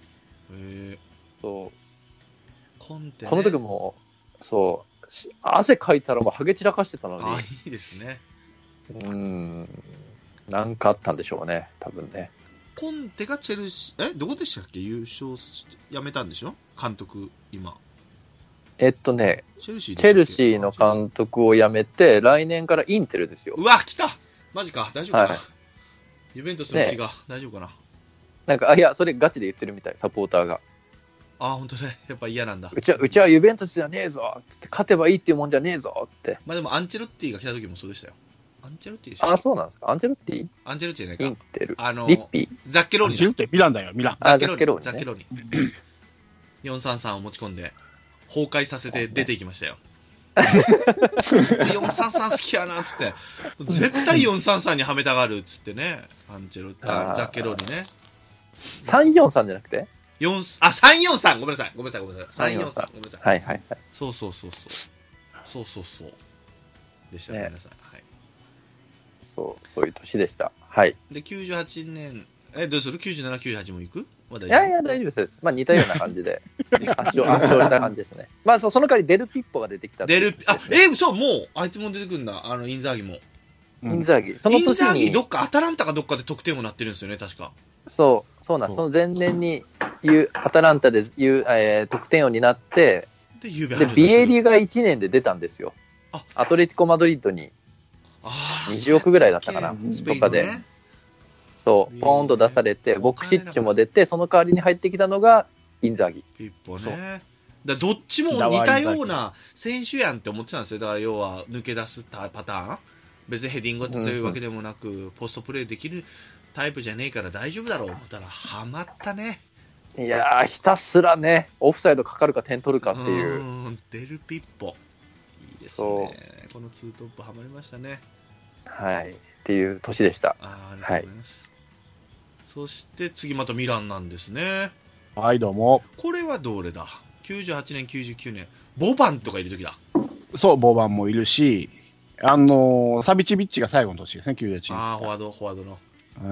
へそうコンテ、ね、 この時もそう汗かいたらもうハゲ散らかしてたのに。 あ、いいですね。 うーん、なんかあったんでしょうね、多分ね。 コンテがチェルシー、え、どこでしたっけ、優勝しやめたんでしょ、監督、今。 えっとね、 チェルシーチェルシーの監督を辞めて、来年からインテルですよ。 うわ、来たマジか、大丈夫かな、 はい、 ユベントスのうちが、ね、大丈夫かな。 なんか、あ、いや、それガチで言ってるみたい、サポーターが。 あ、本当ね、やっぱ嫌なんだ。 うちは、うちはユベントスじゃねえぞって、勝てばいいっていうもんじゃねえぞって。 まあでも、アンチェロッティが来た時もそうでしたよ。アンチェロッティでした。 あ、そうなんですか。アンチェロッティアンチェロッティじゃないか。 インテル。 あの、 リッピーザッケローニ。 アンチェロッティミランだよ、ミラン。 ザッケローニ。 ザッケローニ、ね、 ザッケローニ。よんさんさんを持ち込んで、崩壊させて出ていきましたよ。よんさんさん好きやなっつって、絶対よんさんさんにはめたがるっつってね、アンチェロッティ、ザッケローニね。 さんよんさんじゃなくてよん、あ、さんよんさん、ごめんなさい、ごめんなさい、ごめんなさい。さんよんさん、ごめんなさい。 はいはいはい。 そうそうそうそう。そうそうそう。でした、ね、ごめんなさい。はい。 そう、そういう年でした。はい。 で、きゅうじゅうはちねん、え、どうする ?きゅうじゅうなな、きゅうじゅうはちも行く？まだいやいや、大丈夫です。まあ似たような感じで。圧勝、圧勝した感じですね。まあその代わりデルピッポが出てきた、 ね。デル、あ、え、嘘、もう、あいつも出てくるんだ。あの、インザーギも。 インザーギ。その年に。 インザーギどっか、アタランタかどっかで得点をなってるんですよね、確か。 そう、そうなんです。その前年に、アタランタでいう、えー、得点王になって、 で、ゆうべで、ビエリがいちねんで出たんですよ。アトレティコ・マドリードににじゅうおくぐらいだったかな、とかで。そう、ポーンと出されて、ボクシッチも出て、その代わりに入ってきたのが、インザーギ。 ピッポね。だどっちも似たような選手やんって思ってたんですよ。だから要は抜け出すパターン。別にヘディングが強いわけでもなく、うんうん、ポストプレーできるタイプじゃねえから大丈夫だろう思ったら、ハマったね。 いやー、ひたすらね、オフサイドかかるか点取るかっていう。 うん、デルピッポ。いいですね。このツートップハマりましたね。 はい。っていう年でした。 あ、ありがとうございます。はい、そして次またミランなんですね。 はい、どうも。 これはどれだ ?きゅうじゅうはちねん、きゅうじゅうきゅうねん。ボバンとかいる時だ。 そう、ボバンもいるし、あのー、サビチビッチが最後の年ですね、きゅうじゅうはちねん。 ああ、フォワード、フォワードの。 うん。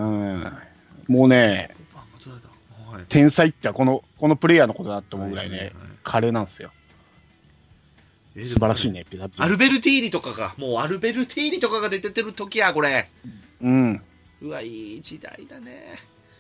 もうね、はい、天才ってこの、このプレイヤーのことだと思うぐらいね、はいはいはい、華麗なんですよ。素晴らしいね、 アルベルティーリとかが、もうアルベルティーリとかが出ててる時や、これ。 うん。 うわ、いい時代だね。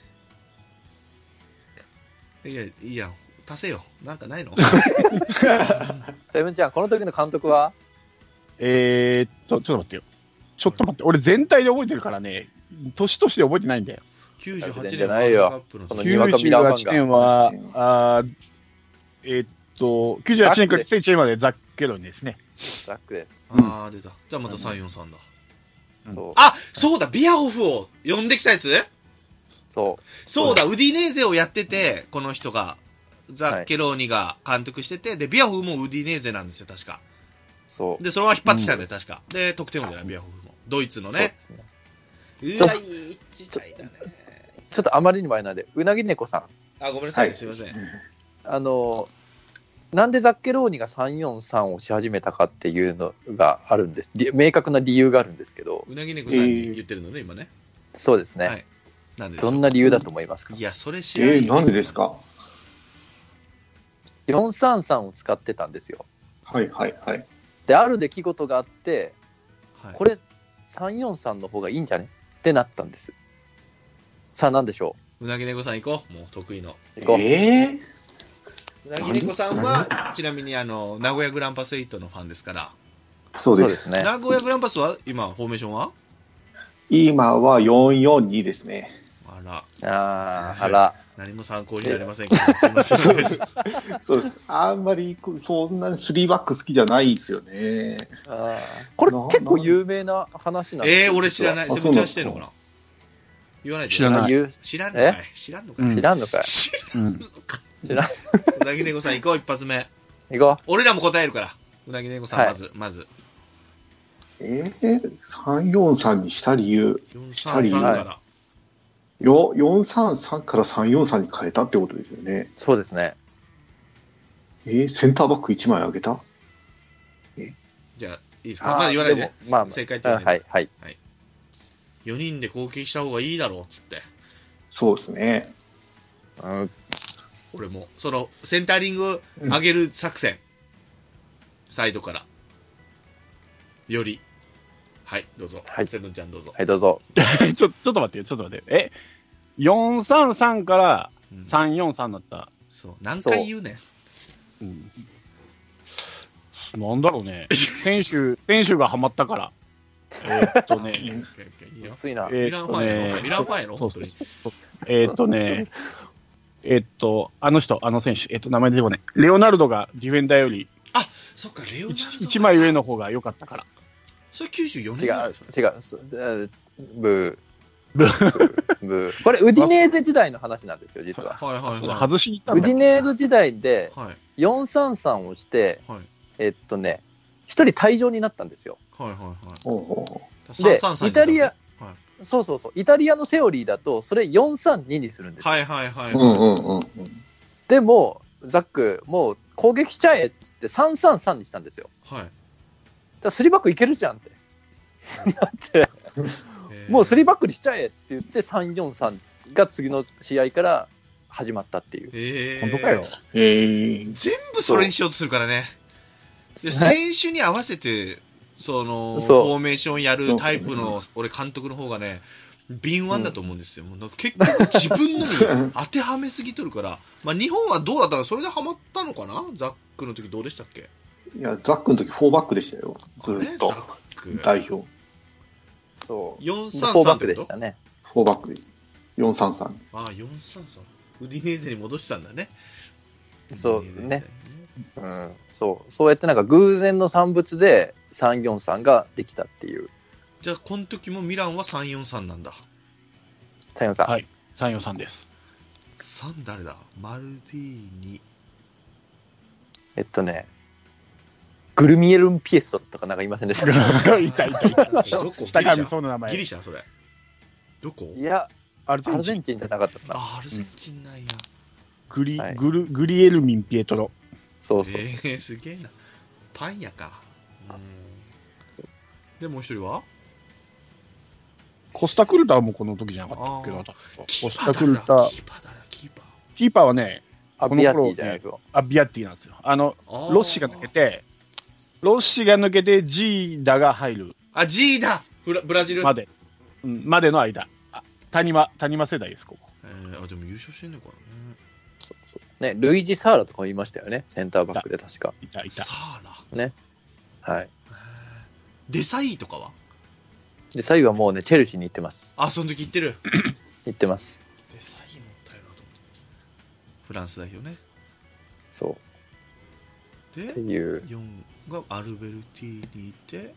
いや、いいやん。足せよ。なんかないのセブンちゃん、この時の監督はえーっと、ちょっと待ってよ。ちょっと待って。俺全体で覚えてるからね、年として覚えてないんだよ。 きゅうじゅうはちねんワールドカップの。 きゅうじゅうはちねんは、あえー、っと、きゅうじゅうはちねんからにせんいちねんまでザッケロニですね。 ザックです。 ああ、出た。じゃあまたさんよんさんだ。 うん、そうあ、そうだ、ビアホフを呼んできたやつそう。 そうだ、ウディネーゼをやってて、この人が、ザッケローニが監督してて、で、ビアホフもウディネーゼなんですよ、確か。 そう。 で、そのまま引っ張ってきたんで、うん、確か。で、得点王じゃない、ビアホフも。ドイツのね。そうですね。うわ、いい時代だね。 ちょっとあまりに前なんで、うなぎ猫さん。 あ、ごめんなさい、はい、すいません。 あの、なんでザッケローニがさんよんさんをし始めたかっていうのがあるんです。明確な理由があるんですけど。 うなぎ猫さんに言ってるのね、今ね。 そうですね。はい。なんでどんな理由だと思いますか？ いや、それ知らない。 えー、なんでですか？ よんさんさんを使ってたんですよ。 はいはいはい。 で、ある出来事があって、はい、これさんよんさんの方がいいんじゃねってなったんです。さあ何でしょう？うなぎ猫さん行こう。もう得意の。 行こう。 えー、 うなぎ猫さんはちなみにあの名古屋グランパスエイトのファンですから。 そうですね。 名古屋グランパスは今フォーメーションは？ 今はよんよんにですね。 あら。 ああら。 何も参考になりませんけど、すいません。 そうです。あんまりそんなにスリーバック好きじゃないですよね。 あこれ結構有名な話なんですよ。えー、俺知らない。セブンちゃん知ってんのかな？言わないで。 知らない。 知らんのかい。知らんのかい。 知らんのかい。 知らんのかい。知らん。うなぎ猫さん行こう、一発目。 行こう。 俺らも答えるから。うなぎ猫さん、まず、まず。 えー、さんよんさんにした理由。 よんさんさんから。 よんさんさんからさんよんさんに変えたってことですよね。 そうですね。 えー、センターバックいちまい上げた？ えじゃあ、いいですか？まだ言わないで。 まあ、 正解って言わないで。 はい、はい。 よにんで攻撃した方がいいだろうっつって。 そうですね。 うん、 俺もそのセンタリング上げる作戦、うん、サイドからよりはいどうぞ、はい、セブンちゃんどうぞ、 はいどうぞちょちょっと待ってよちょっと待ってえよんさんさんからさんよんさんになった、うん、 そう何回言うねん、 うん、なんだろうね選手選手がハマったからえー、っとね薄いな、 えー、ミランファンやろミランファンやろそうそうそうえー、っとねえー、っとあの人あの選手えー、っと名前出てこないレオナルドがディフェンダーよりあそっかレオナルドいちまい上の方が良かったからそれきゅうじゅうよねん違う違うブーブーブーこれウディネーゼ時代の話なんですよ実は、 はいはいはい、 外しに行ったんだウディネーゼ時代でよんさんさんをして、はい、えっとねひとり退場になったんですよ、はいはいはい、でイタリア、はい、そうそうそうイタリアのセオリーだとそれよんさんににするんですよ、 はいはいはい、はい、 でもザックもう攻撃しちゃえっつってさんさんさんにしたんですよ、はい、だからスリーバックいけるじゃんってなってもうスリーバックにしちゃえって言ってさんよんさんが次の試合から始まったっていう、 えー、 本当かよ、 えー、全部それにしようとするからねで選手に合わせてそのフォーメーションやるタイプの俺監督の方がね敏腕だと思うんですよ、うん、結局自分のに当てはめすぎとるからまあ日本はどうだったのそれでハマったのかなザックの時どうでしたっけいやザックの時フォーバックでしたよずっと代表そうよんさんさんでしたねフォーバックでよんさんさんああよんさんさんウディネーゼに戻したんだねそうねうん、そうそうやってなんか偶然の産物でさんよんさんができたっていうじゃあこの時もミランはさんよんさんなんださんよんさんはいさんよんさんですさん誰だマルディーニえっとねグルミエルンピエストとかなんかいませんでしたかいたいたいたどこ下上そうの名前ギリシャそれどこいやアルゼンチン、 アルゼンチンじゃなかったかなあアルゼンチンなんや、うん、 グリ、はい、グルグリエルミンピエトロそうそうそう、 えー、すげえなパン屋かうんでもう一人はコスタクルタもこの時じゃなかったっけどコスタクルタキーパーだキーパーキーパーはねアビアティじゃないですかアビアティなんですよあのロッシが抜けてロッシが抜けてジーダが入るあジーダブ ラ, ブラジルまで、うん、までの間谷間谷間世代ですここ、 えー、あでも優勝してんねんからねそうそうねルイジ・サーラとかもいましたよねセンターバックで確かいたいたサーラねはいデサイーとかはデサイーはもうねチェルシーに行ってますあその時行ってる行ってますデサイーもったいなと思ってフランス代表ねそうでっていうよんがアルベルティーニいて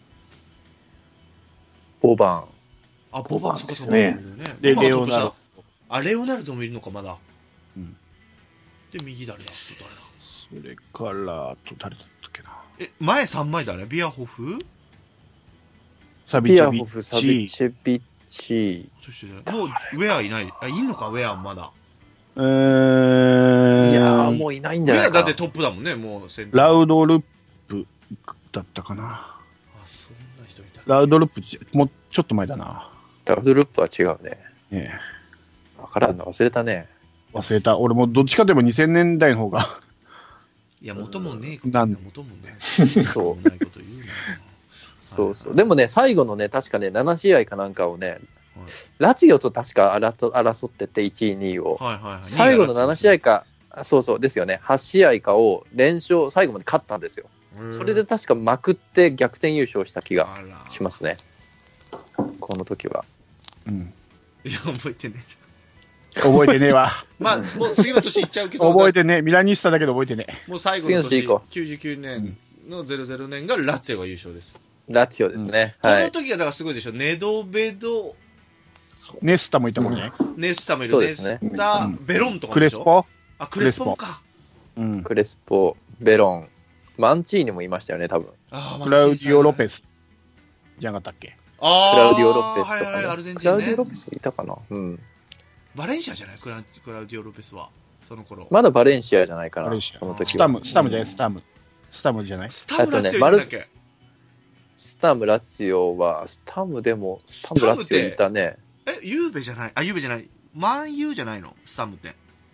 ボバンあボバンそこそこねでレオナルドあレオナルドもいるのかまだ、うん、で右誰だそれからと誰だったっけなえ前さんまいだねビアホフサビチェビッチビアホフサビチェビッチもうウェアいないあいんのかウェアまだうーんいやもういないんじゃないかなウェアだってトップだもんねもうラウドルップだったかなあそんな人いたラウドルップもうちょっと前だなラウドルップは違うねねえ分からんの忘れたね忘れた俺もどっちかといえばにせんねんだいの方がいや元もねえなん元もねそうないこと言うなそうそうでもね最後のね確かねなな試合かなんかをね、はい、ラツィオと確か争争ってていちいにいを、 はいはいはい、 最後のなな試合かそうそうですよねはち試合かを連勝最後まで勝ったんですよそれで確かまくって逆転優勝した気がしますねこの時はうんいや覚えてねえ覚えてねえわまあもう次の年いっちゃうけど覚えてねえミラニスタだけど覚えてねえもう最後の年きゅうじゅうきゅうねんのゼロゼロねんがラツィオが優勝ですラツィオですね、 うんはい、この時はだからすごいでしょネドベドネスタもいたもんね、 うん、ネスタもいる、ね、ネスタ、うん、ベロンとかクレスポあクレスポもか、 うん、クレスポベロンマンチーニもいましたよね多分あクラウディオ・ロペスじゃなかったっけあクラウディオ・ロペスとか、ねはいはい、アルゼンチンね、 クラウディオ・ロペスいたかなうんバレンシアじゃないクラクラウディオ・ロペスはその頃まだバレンシアじゃないかなその時スタムスタムじゃないスタムスタムじゃないスタムラツィオいたっけスタムラツィオはスタムでもスタムラツィオいたねえユーベじゃないあユーベじゃないマンユーじゃないのスタムって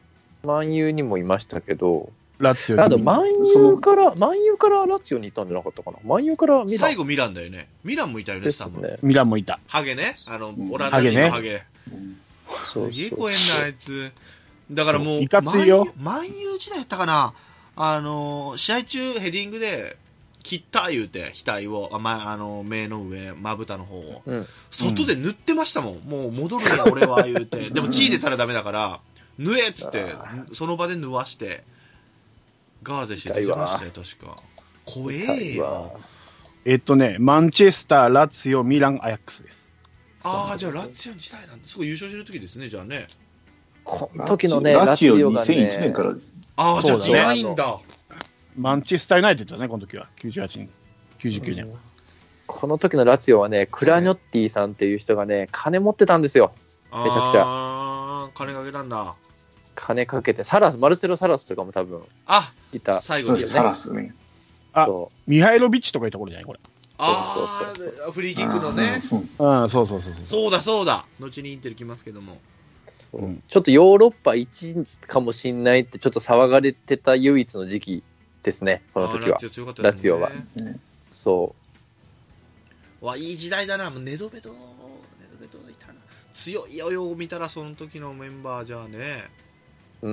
マンユーにもいましたけど、 ラツィオあとマンユーから、マンユーからラツィオに行ったんじゃなかったかな。マンユーからミラン。 最後ミランだよね。ミランもいたよね、 です多分。 ね。 ミランもいた。 ハゲね。あの、オランダ人のハゲ。 そうすげえ怖えんだ、あいつ。だからもう、 いかついよ。 マンユー時代やったかな。あの、試合中ヘディングで、切った言うて、額を、あ、ま、あの、目の上、まぶたの方を。 うん、 外で塗ってましたもん。もう戻るよ、俺は、言うて。でも血出たらダメだから、縫えっつって、その場で縫わして、ガーゼして出てましたよ、確か。怖えよ。 えっとね、マンチェスター、ラツィオ、ミラン、アヤックスです。 ああ、じゃあラツィオにしたいなんて、すごい優勝してる時ですね、じゃあね。 この時のね、 ラツィオがにせんいちねんからです。 ああ、じゃあ違ないんだ。 マンチェスターユナイテッドだね、この時は。きゅうじゅうはちねん、きゅうじゅうきゅうねん。うん、 この時のラツィオはね、クラニョッティさんっていう人がね、金持ってたんですよ。めちゃくちゃ。 ああ、金かけたんだ。 金かけて、サラス、マルセロ・サラスとかも多分、 あいた。 最後にね。サラスね。 あ、ミハイロビッチとかいた頃じゃないこれ。 ああ、フリーキックのね。 うん、そうそうそうそう。 そうだそうだ。後にインテル来ますけども。 そう、うん、ちょっとヨーロッパ一かもしんないってちょっと騒がれてた唯一の時期ですね、この時は。 ラツィオ強かったラですね。 ツィオは。うん、そう。 わ、いい時代だな。もうネドベド、ネドベドいたな。強いよよを見たらその時のメンバーじゃあね。 うん、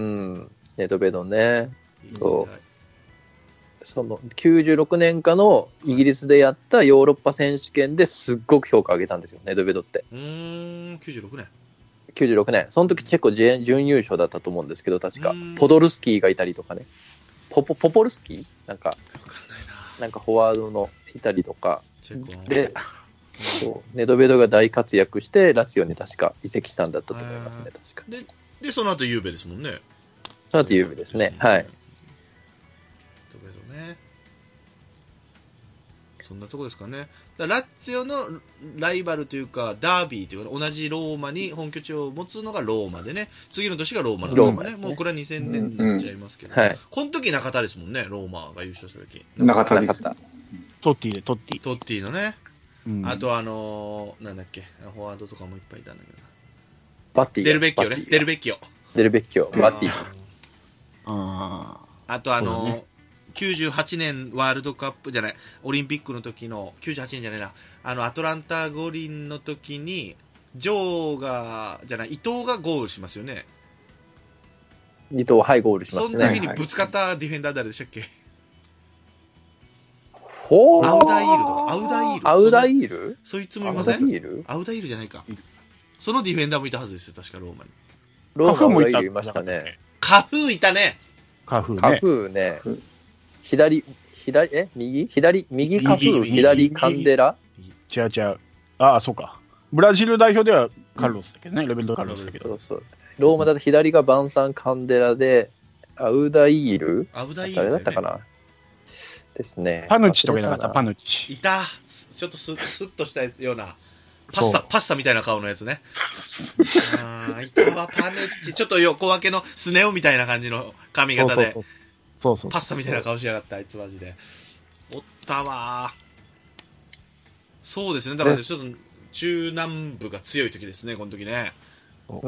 ネドベドね。いいそう。そのきゅうじゅうろくねんかのイギリスでやったヨーロッパ選手権ですっごく評価を上げたんですよ、ネドベドって。 うーん、きゅうじゅうろくねん。 きゅうじゅうろくねん。その時チェコ準優勝だったと思うんですけど、確か。ポドルスキーがいたりとかね。ポポポポルスキーなんか、なんかフォワードのいたりとか。で、そう、ネドベドが大活躍して、ラツィオに確か移籍したんだったと思いますね、確か。 で、でその後ユーベですもんね。 その後ユーベですね。はい。 ね、そんなとこですかね。だラッツィオのライバルというかダービーというか、同じローマに本拠地を持つのがローマでね、次の年がローマなんですか ね, ねもうこれはにせんねんになっちゃいますけど、うんうんはい、この時中田ですもんね、ローマが優勝した時。 中田です。 トッティでトッティトッティのね、うん、あとあのー、なんだっけ、フォワードとかもいっぱいいたんだけど、 バッティデルベッキオね、デルベッキオデルベッキオバッティああとあのーね、きゅうじゅうはちねんワールドカップじゃない、オリンピックの時のきゅうじゅうはちねんじゃないな、あのアトランタ五輪の時にジョーがじゃない伊藤がゴールしますよね。 伊藤はいゴールしますね。 その時にぶつかったディフェンダー誰でしたっけ？ ほーアウダイールとかアウダイールアウダイールそいつもいません？アウダイールアウダイールじゃないか。そのディフェンダーもいたはずですよ、確かローマに。 ローマもいましたね。 カフーいたね。 カフーね。 カフーね。左、左、え右左、右カフー、左カンデラ違う違う。ああ、そうか。ブラジル代表ではカルロスだけどね、うん、レベルドカルロスだけど。 そうそう。ローマだと左がバンサンカンデラで、アウダイールアウダイール、ね、 誰だったかなですね。 パヌチとかいなかった、パヌチ。 いた。ちょっとススッとしたような。パスタ、パスタみたいな顔のやつね。ああ、いたわ、パヌチ。ちょっと横分けのスネ夫みたいな感じの髪型で。そうそうそうそうそうパスタみたいな顔しやがった、あいつマジで。おったわ。そうですね。だからちょっと中南部が強い時ですね、この時ね。 うん。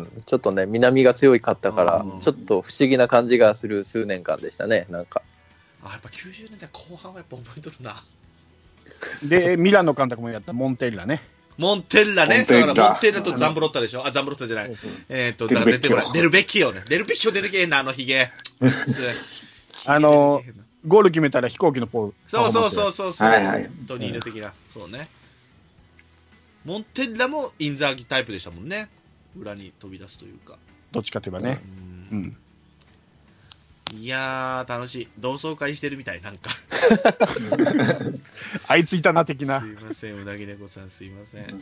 ちょっとね、南が強いかったから、ちょっと不思議な感じがする数年間でしたね、なんか。 あ、やっぱきゅうじゅうねんだい後半はやっぱ覚えとるな。 で、ミラノ監督もやったモンテッラね。 モンテッラね。だからモンテッラとザンブロッタでしょ。あ、ザンブロッタじゃない。えっと、だから出てこない。デルベッキオね。デルベッキオ出てけえな、あのヒゲ。 あの、ゴール決めたら飛行機のポーズ。 そうそうそうそうそう。 はいはい。 トニーヌ的な。そうね。モンテッラもインザーギタイプでしたもんね。裏に飛び出すというか。 どっちかといえばね。うん。うんいやー、楽しい。同窓会してるみたい、なんか。 あいついたな、的な。 すいません、うなぎ猫さんすいません。うん、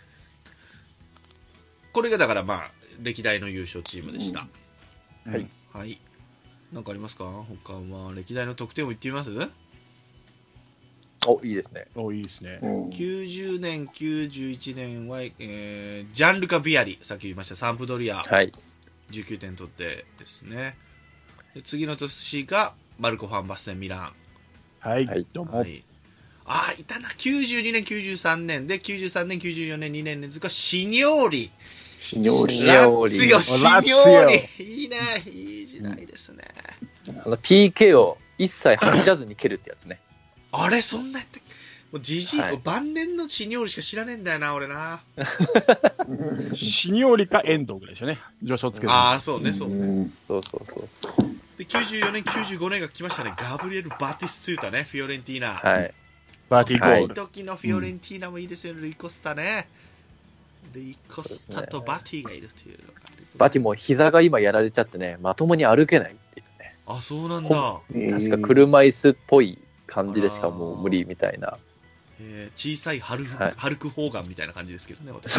これがだからまあ、歴代の優勝チームでした。 うん、はい。 はい。なんかありますか？他は、歴代の得点を言ってみます？ お、いいですね。 お、いいですね。 きゅうじゅうねん、きゅうじゅういちねんは、えー、ジャンルカ・ビアリ、さっき言いました、サンプドリア。 はい。 じゅうきゅうてん取ってですね。で次の年がマルコ・ファンバステン・ミラン。 はい、はい、どうも。はい、 ああ、いたな。きゅうじゅうにねん、きゅうじゅうさんねんで、きゅうじゅうさんねん、きゅうじゅうよねん、にねん連続はシニョーリ。 シニョーリ。 ラッツィオ、シニョーリ。いいね。いい時代ですね。 あの ピーケー を一切走らずに蹴るってやつね。 あれ、そんなやったっけ？もうじじい、 はい晩年のシニョーリしか知らねえんだよな、俺な。 シニョーリか遠藤ぐらいでしょね。助走つける。 ああ、そうね、そうね。 そうそうそうそう。 で、きゅうじゅうよねん、きゅうじゅうごねんが来ましたね。ガブリエル・バティストゥータね、フィオレンティーナ。 はい。 バーティーゴール。 時のフィオレンティーナもいいですよね、ルイ・コスタね。ルイ・コスタとバティがいるというのが。 バティも膝が今やられちゃってね、まともに歩けないっていうね。 あ、そうなんだ。 確か車椅子っぽい感じでしかもう無理みたいな。 えー、小さいハルク、 はい、 ハルク・ホーガンみたいな感じですけどね、私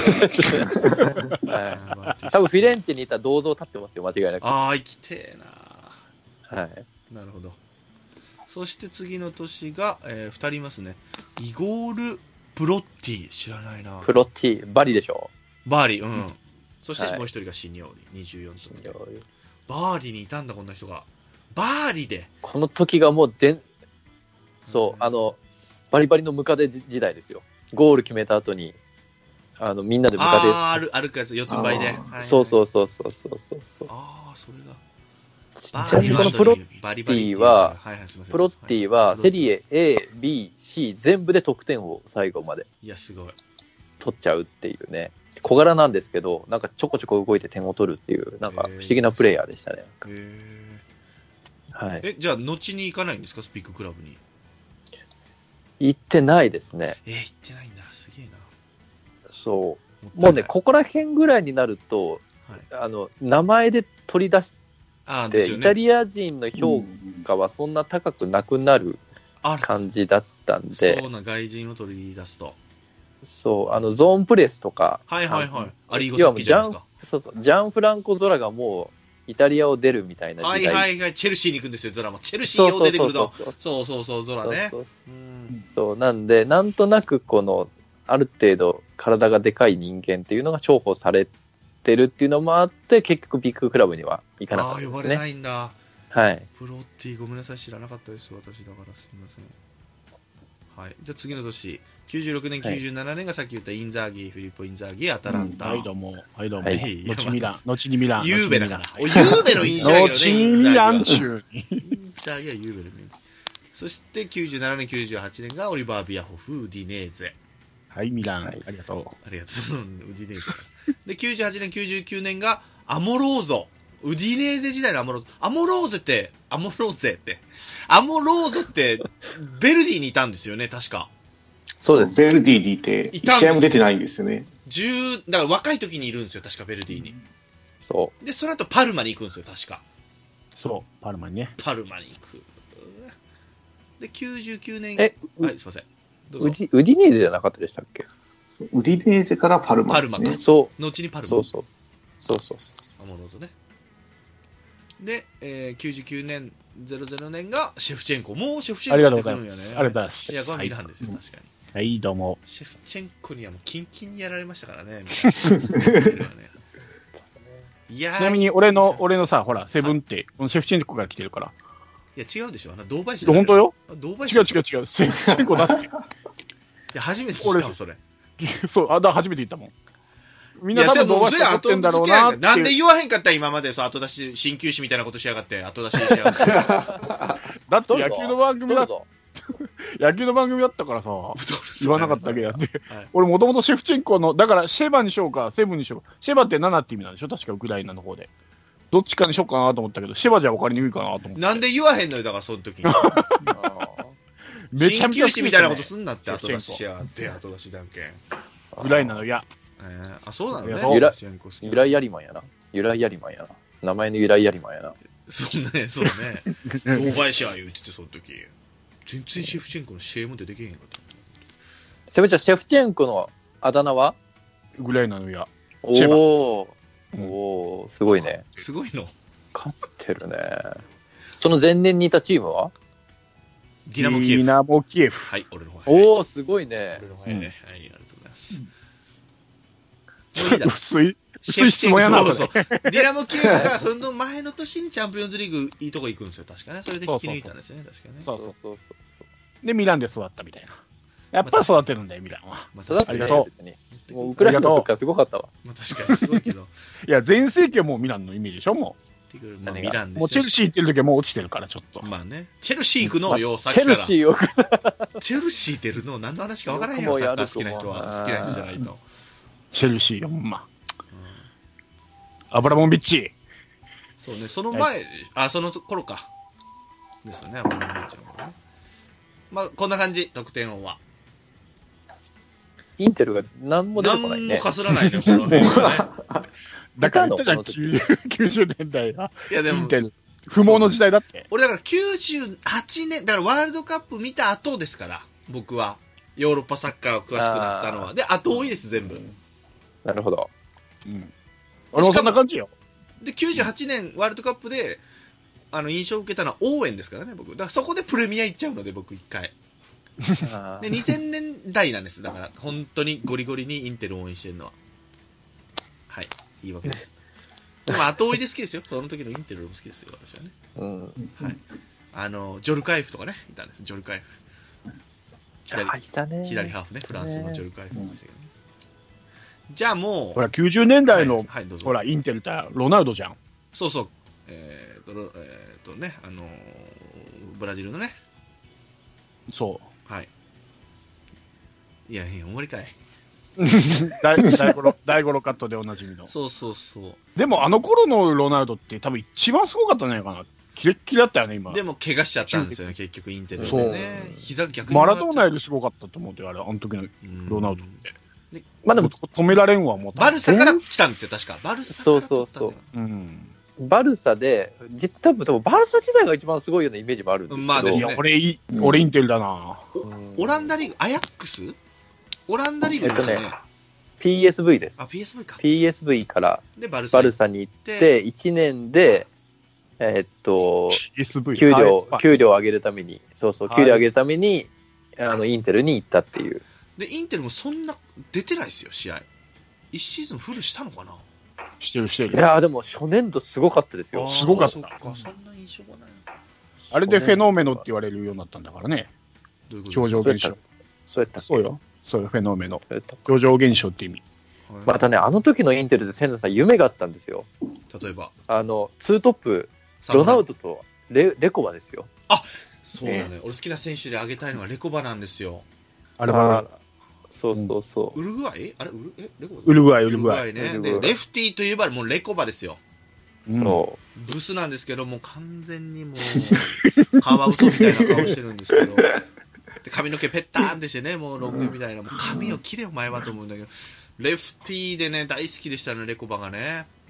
はい、多分フィレンツェにいた銅像立ってますよ、間違いなく。 ああ、生きてえな。はい。 なるほど。そして次の年が、えー、ふたりいますね。イゴール・プロッティ、知らないな。 プロッティ、バリでしょ。 バーリー、うん。うん、そしてもう一人がシニョーリ、にじゅうよんと。バーリーにいたんだ、こんな人が。バーリで。 この時がもうでん、そう、あの、バリバリのムカデ時代ですよ。ゴール決めた後に、あの、みんなでムカデ。 ああ、歩くやつ、四つん這いで。 そうそうそうそうそうそう。 ああ、それが。 ちなみにこのプロッティは、プロッティは、セリエ A、B、C 全部で得点を最後まで。 いや、すごい。 取っちゃうっていうね。小柄なんですけど、なんかちょこちょこ動いて点を取るっていう、なんか不思議なプレイヤーでしたね。 へはい。 え、じゃあ、後に行かないんですか、スピッククラブに。 行ってないですね。 えー、行ってないんだ。すげえな。 そう。もうね、ここら辺ぐらいになると、はい、あの、名前で取り出して、ね、イタリア人の評価はそんな高くなくなる感じだったんで。 そうな、外人を取り出すと。 そう、あの、ゾーンプレスとか。 はいはいはい。アリーゴサッキじゃないですか。 そうそう、ジャンフランコ・ゾラがもう、イタリアを出るみたいな時代。 はいはいはい、チェルシーに行くんですよ、ゾラも。チェルシーを出てくると。そうそうそう、ゾラね。 そうそうそう、なんで、なんとなくこの、ある程度体がでかい人間っていうのが重宝されてるっていうのもあって、結局ビッグクラブには行かなかったですね。 ああ、呼ばれないんだ。 はい。 プロッティ、ごめんなさい、知らなかったです、私だからすみません。はい。じゃあ次の年、きゅうじゅうろくねん、きゅうじゅうななねんがさっき言ったインザーギ、フィリッポ・インザーギ、アタランタ。 はい、どうも。はい、どうも。はい、後にミラン。後にミラン。 ユーベだから。ユーベの印象だけどね。 後にミラン中に。 インザーギはユーベの印象。そしてきゅうじゅうななねん、きゅうじゅうはちねんがオリバー・ビアホフ、ウディネーゼ。 はい、ミラン。ありがとう。 ありがとう。ウディネーゼ。で、きゅうじゅうはちねん、きゅうじゅうきゅうねんがアモローゾ。ウディネーゼ時代のアモローゾ。アモローゼって、アモローゼって、アモローゾって、ベルディにいたんですよね、確か。 そうです。 ベルディにいて、一試合も出てないんですよね。 じゅう、だから若い時にいるんですよ、確かベルディに。 そう。 で、その後パルマに行くんですよ、確か。 そう、パルマにね。 パルマに行く。で、きゅうじゅうきゅうねん。 え、 はい、すいません。 ウディ、ウディネーゼじゃなかったでしたっけ？ ウディネーゼからパルマですね。 パルマか。 そう。 後にパルマ。 そうそう。そうそうそう。 アモローゾね。で、えー、きゅうじゅうきゅうねん、ゼロゼロねんがシェフチェンコ。もうシェフチェンコ出てくるんやね。 ありがとうございます。 いや、これはミランですよ、確かに。 はい、どうも。 シェフチェンコにはもうキンキンにやられましたからね。 いやちなみに俺の、俺のさ、ほら、セブンって、このシェフチェンコから来てるから。 いや、違うでしょ。あの、堂林本当よ。 堂林違う違う違う。シェフチェンコだって。いや、初めて聞いたわ、それ。 そう、あ、だ初めて言ったもん。みんな多分堂林持ってんだろうなって。 なんで言わへんかった今までさ、後出し、鍼灸師みたいなことしやがって、後出ししやがって。 だって野球の番組だぞ。野球の番組だったからさ、言わなかっただけやって。俺もともとシェフチェンコの、だからシェバにしようか、セブンにしようか。シェバってななって意味なんでしょ確かウクライナの方で。どっちかにしようかなと思ったけど、シェバじゃ分かりにくいかなと思って。 なんで言わへんのよ、だからその時に。 めちゃめちゃ鍼灸師みたいなことすんなって、後出ししやがって、後出しだんけん。 ウクライナの嫌。 あ、そうなのね。 由来やりマンやな。由来やりマンやな。名前の由来やりマンやな。 そうね、そうね。堂林や言うてて、その時。全然シェフチェンコの試合も出てけへんかった。 せめちゃシェフチェンコのあだ名はウクライナの嫌。 おー。おー、すごいね。 すごいの。 勝ってるね。その前年にいたチームはディナモキエフ。 ディナモキエフ。 はい、俺の方。 おー、すごいね。 俺の方ね。はい、ありがとうございます。 もういいだ。薄い質問やな。 そうそう。ディナモキエフがその前の年にチャンピオンズリーグいいとこ行くんですよ、確かね。それで引き抜いたんですよね、確かね。 そうそうそうそう。で、ミランで育ったみたいな。 やっぱり育てるんだよ、ミランは。 まあ、育てるね、別に。もうウクライナの時からすごかったわ。 まあ確かにすごいけど。 いや、全盛期はもうミランのイメージでしょ、もう。まあ、ミランですよ。 もうチェルシー行ってる時はもう落ちてるから、ちょっと。 まあね。チェルシー行くのよ、さっきから。 チェルシーを。 チェルシー出るの何の話か分からへんよ、サッカー好きな人は。好きな人じゃないと。 チェルシーよ、ほんま。アブラモビッチ。 そうね、その前、あ、その頃か。ですよね、アブラモビッチの頃ね。まあ、こんな感じ、得点王は。 インテルが何も出てこないね。 何もかすらないね、この辺はね。 だから言ったじゃん、きゅうじゅうねんだいは。 いや、でも、 インテル。不毛の時代だって。 俺だからきゅうじゅうはちねん、だからワールドカップ見た後ですから、僕は。ヨーロッパサッカー詳しくなったのは。で、後多いです、全部。 なるほど。 うん。俺もそんな感じよ。 で、きゅうじゅうはちねんワールドカップで、あの、印象を受けたのはオーウェンですからね、僕。だからそこでプレミア行っちゃうので、僕一回。で、にせんねんだいなんです。だから、本当にゴリゴリにインテルを応援してるのは。はい。いいわけです。でも、後追いで好きですよ。その時のインテルも好きですよ、私はね。 うん。 はい。あの、ジョルカイフとかね、いたんです。ジョルカイフ。左、左ハーフね、フランスのジョルカイフもいましたけどね。じゃあもう。 ほら、きゅうじゅうねんだいの、はいはい、ほら、インテルってロナウドじゃん。 そうそう。えーと、えーとね、あのー、ブラジルのね。 そう。 はい。いやいや、終わりかい。 大五郎、大五郎カットでおなじみの。 そうそうそう。 でも、あの頃のロナウドって多分一番すごかったんじゃないかな。キレッキレだったよね、今。 でも、怪我しちゃったんですよね、結局、インテルでね。膝逆に。 マラドーナよりすごかったと思うよ、あれ、あの時のロナウドって。 まあでも、 止められんわ、もう。 バルサから来たんですよ、確か。バルサから来たんだよ。 そうそうそう。うん。バルサで、多分、多分バルサ時代が一番すごいようなイメージもあるんですけど。まあですね。 いや、俺、俺インテルだな。 オランダリーグ、アヤックスオランダリーグですね。えっとね、 ピーエスブイ です。 あ、ピーエスブイ か。 ピーエスブイ からバルサに行って、いちねんで、えー、っと、給料、給料を上げるために、そうそう、給料を上げるために、あの、インテルに行ったっていう。 で、インテルもそんな出てないですよ、試合。いちシーズンフルしたのかな。 してるしてる。 いやーでも初年度すごかったですよ。 すごかった。 そっか、そんな印象がない。 あれでフェノーメノって言われるようになったんだからね。 どういうこと超常現象。 そうやったっけ。 そうよ。そうよ、フェノーメノ。超常現象って意味。 またね、あの時のインテルで千田さん夢があったんですよ。 例えば。 あの、ツートップ、ロナウドとレレコバですよ。 あ、そうだね。ね、俺好きな選手で挙げたいのはレコバなんですよ。 あれは、そうそうそう。 ウルグアイあれウルえレコバウルグアイ、ウルグアイね。で、レフティーといえばもうレコバですよ。 そう。 ブスなんですけど、もう完全にもう、カワウソみたいな顔してるんですけど、で髪の毛ペッターンってしてね、もうロン毛みたいな、もう髪を切れお前はと思うんだけど、レフティーでね、大好きでしたね、レコバがね。